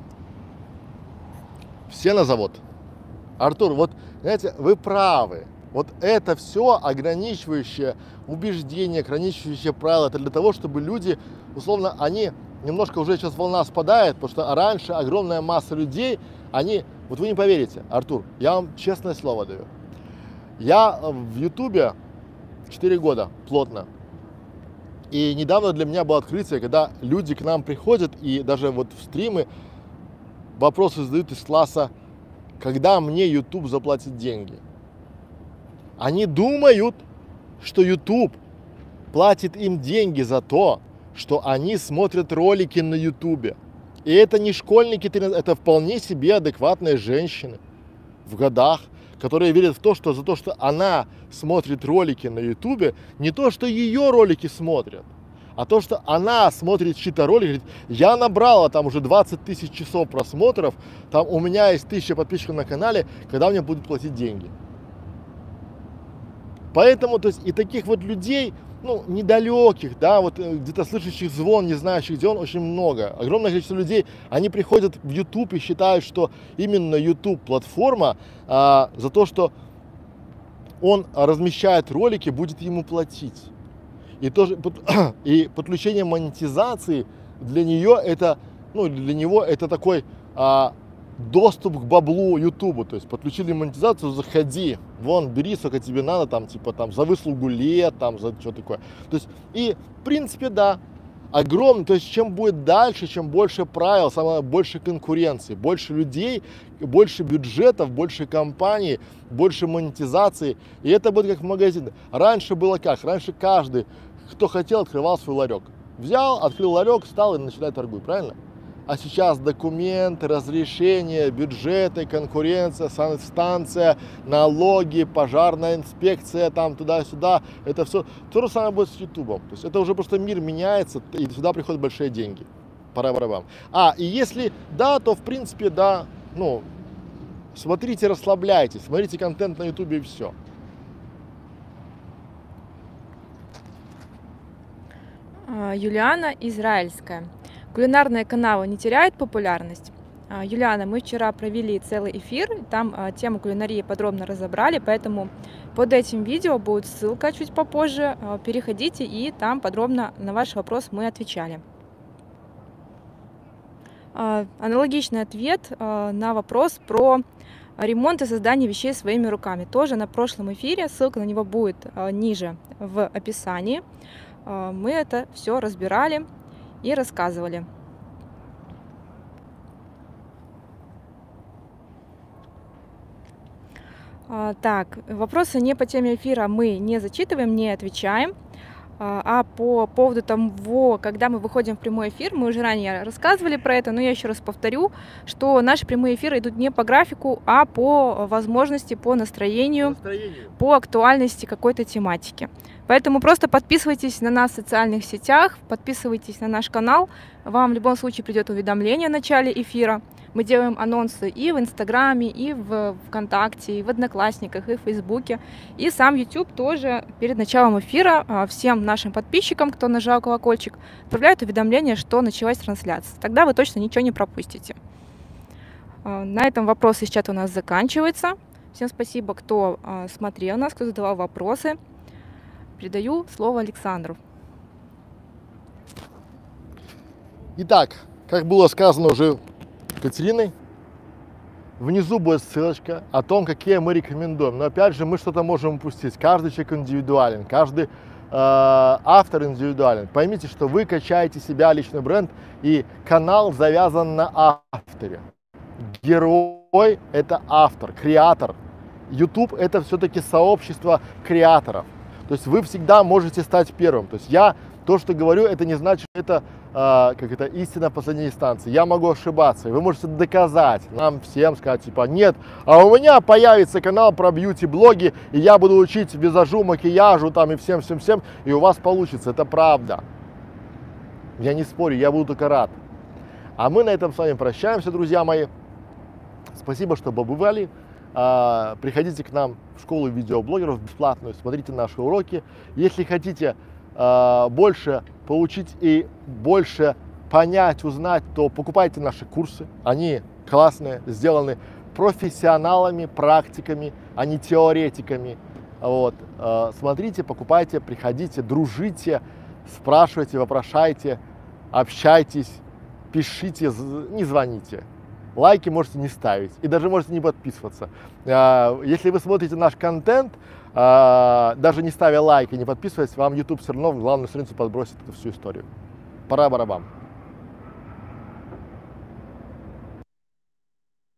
Все на завод. Артур, вот, знаете, вы правы. Вот это все ограничивающее убеждение, ограничивающее правила, это для того, чтобы люди, условно, они немножко уже сейчас волна спадает, потому что раньше огромная масса людей, они, вот вы не поверите, Артур, я вам честное слово даю. Я в Ютубе 4 года плотно. И недавно для меня было открытие, когда люди к нам приходят и даже вот в стримы вопросы задают из класса, когда мне YouTube заплатит деньги. Они думают, что YouTube платит им деньги за то, что они смотрят ролики на YouTube. И это не школьники, это вполне себе адекватные женщины в годах, которые верят в то, что за то, что она смотрит ролики на YouTube, не то, что ее ролики смотрят, а то, что она смотрит чьи-то ролики, говорит, я набрала там уже 20 тысяч часов просмотров, там у меня есть 1000 подписчиков на канале, когда мне будут платить деньги. Поэтому, то есть, и таких вот людей, ну, недалеких, да, вот где-то слышащих звон, не знающих, где он, очень много. Огромное количество людей, они приходят в YouTube и считают, что именно YouTube платформа за то, что он размещает ролики, будет ему платить. И тоже, и подключение монетизации для нее это, ну, для него это такой доступ к баблу Ютубу, то есть подключили монетизацию, заходи, вон, бери, сколько тебе надо, там, типа, там, за выслугу лет, там, за что такое. То есть, и, в принципе, да, огромный, то есть, чем будет дальше, чем больше правил, самое больше конкуренции, больше людей, больше бюджетов, больше компаний, больше монетизации, и это будет как в магазине. Раньше было как? Раньше каждый, кто хотел, открывал свой ларек. Взял, открыл ларек, встал и начинает торгуй, правильно? А сейчас документы, разрешения, бюджеты, конкуренция, санэпидстанция, налоги, пожарная инспекция, там туда-сюда. Это все то же самое будет с Ютубом. То есть это уже просто мир меняется, и сюда приходят большие деньги. Пора-барабам. И если да, то в принципе да, ну, смотрите, расслабляйтесь, смотрите контент на Ютубе и все. Юлиана Израильская. Кулинарные каналы не теряют популярность? Юлиана, мы вчера провели целый эфир, там тему кулинарии подробно разобрали, поэтому под этим видео будет ссылка чуть попозже, переходите, и там подробно на ваш вопрос мы отвечали. Аналогичный ответ на вопрос про ремонт и создание вещей своими руками. Тоже на прошлом эфире, ссылка на него будет ниже в описании. Мы это все разбирали и рассказывали. Так, вопросы не по теме эфира мы не зачитываем, не отвечаем. А по поводу того, когда мы выходим в прямой эфир, мы уже ранее рассказывали про это, но я еще раз повторю, что наши прямые эфиры идут не по графику, а по возможности, по настроению, по актуальности какой-то тематики. Поэтому просто подписывайтесь на нас в социальных сетях, подписывайтесь на наш канал, вам в любом случае придет уведомление в начале эфира. Мы делаем анонсы и в Инстаграме, и в ВКонтакте, и в Одноклассниках, и в Фейсбуке. И сам YouTube тоже перед началом эфира всем нашим подписчикам, кто нажал колокольчик, отправляет уведомление, что началась трансляция. Тогда вы точно ничего не пропустите. На этом вопросы из чата у нас заканчиваются. Всем спасибо, кто смотрел нас, кто задавал вопросы. Передаю слово Александру. Итак, как было сказано уже Катериной, внизу будет ссылочка о том, какие мы рекомендуем. Но опять же, мы что-то можем упустить. Каждый человек индивидуален, каждый автор индивидуален. Поймите, что вы качаете себя, личный бренд, и канал завязан на авторе. Герой – это автор, креатор. YouTube – это все-таки сообщество креаторов. То есть вы всегда можете стать первым. То есть я то, что говорю, это не значит, что это, истина в последней инстанции. Я могу ошибаться, и вы можете доказать нам всем, сказать, типа, нет, а у меня появится канал про бьюти-блоги, и я буду учить визажу, макияжу, там, и всем, и у вас получится. Это правда. Я не спорю, я буду только рад. А мы на этом с вами прощаемся, друзья мои. Спасибо, что побывали. Приходите к нам в школу видеоблогеров бесплатную, смотрите наши уроки. Если хотите больше получить и больше понять, узнать, то покупайте наши курсы. Они классные, сделаны профессионалами, практиками, а не теоретиками. Вот. Смотрите, покупайте, приходите, дружите, спрашивайте, вопрошайте, общайтесь, пишите, не звоните. Лайки можете не ставить и даже можете не подписываться. Если вы смотрите наш контент, даже не ставя лайк и не подписываясь, вам YouTube все равно в главную страницу подбросит эту всю историю. Пора барабан.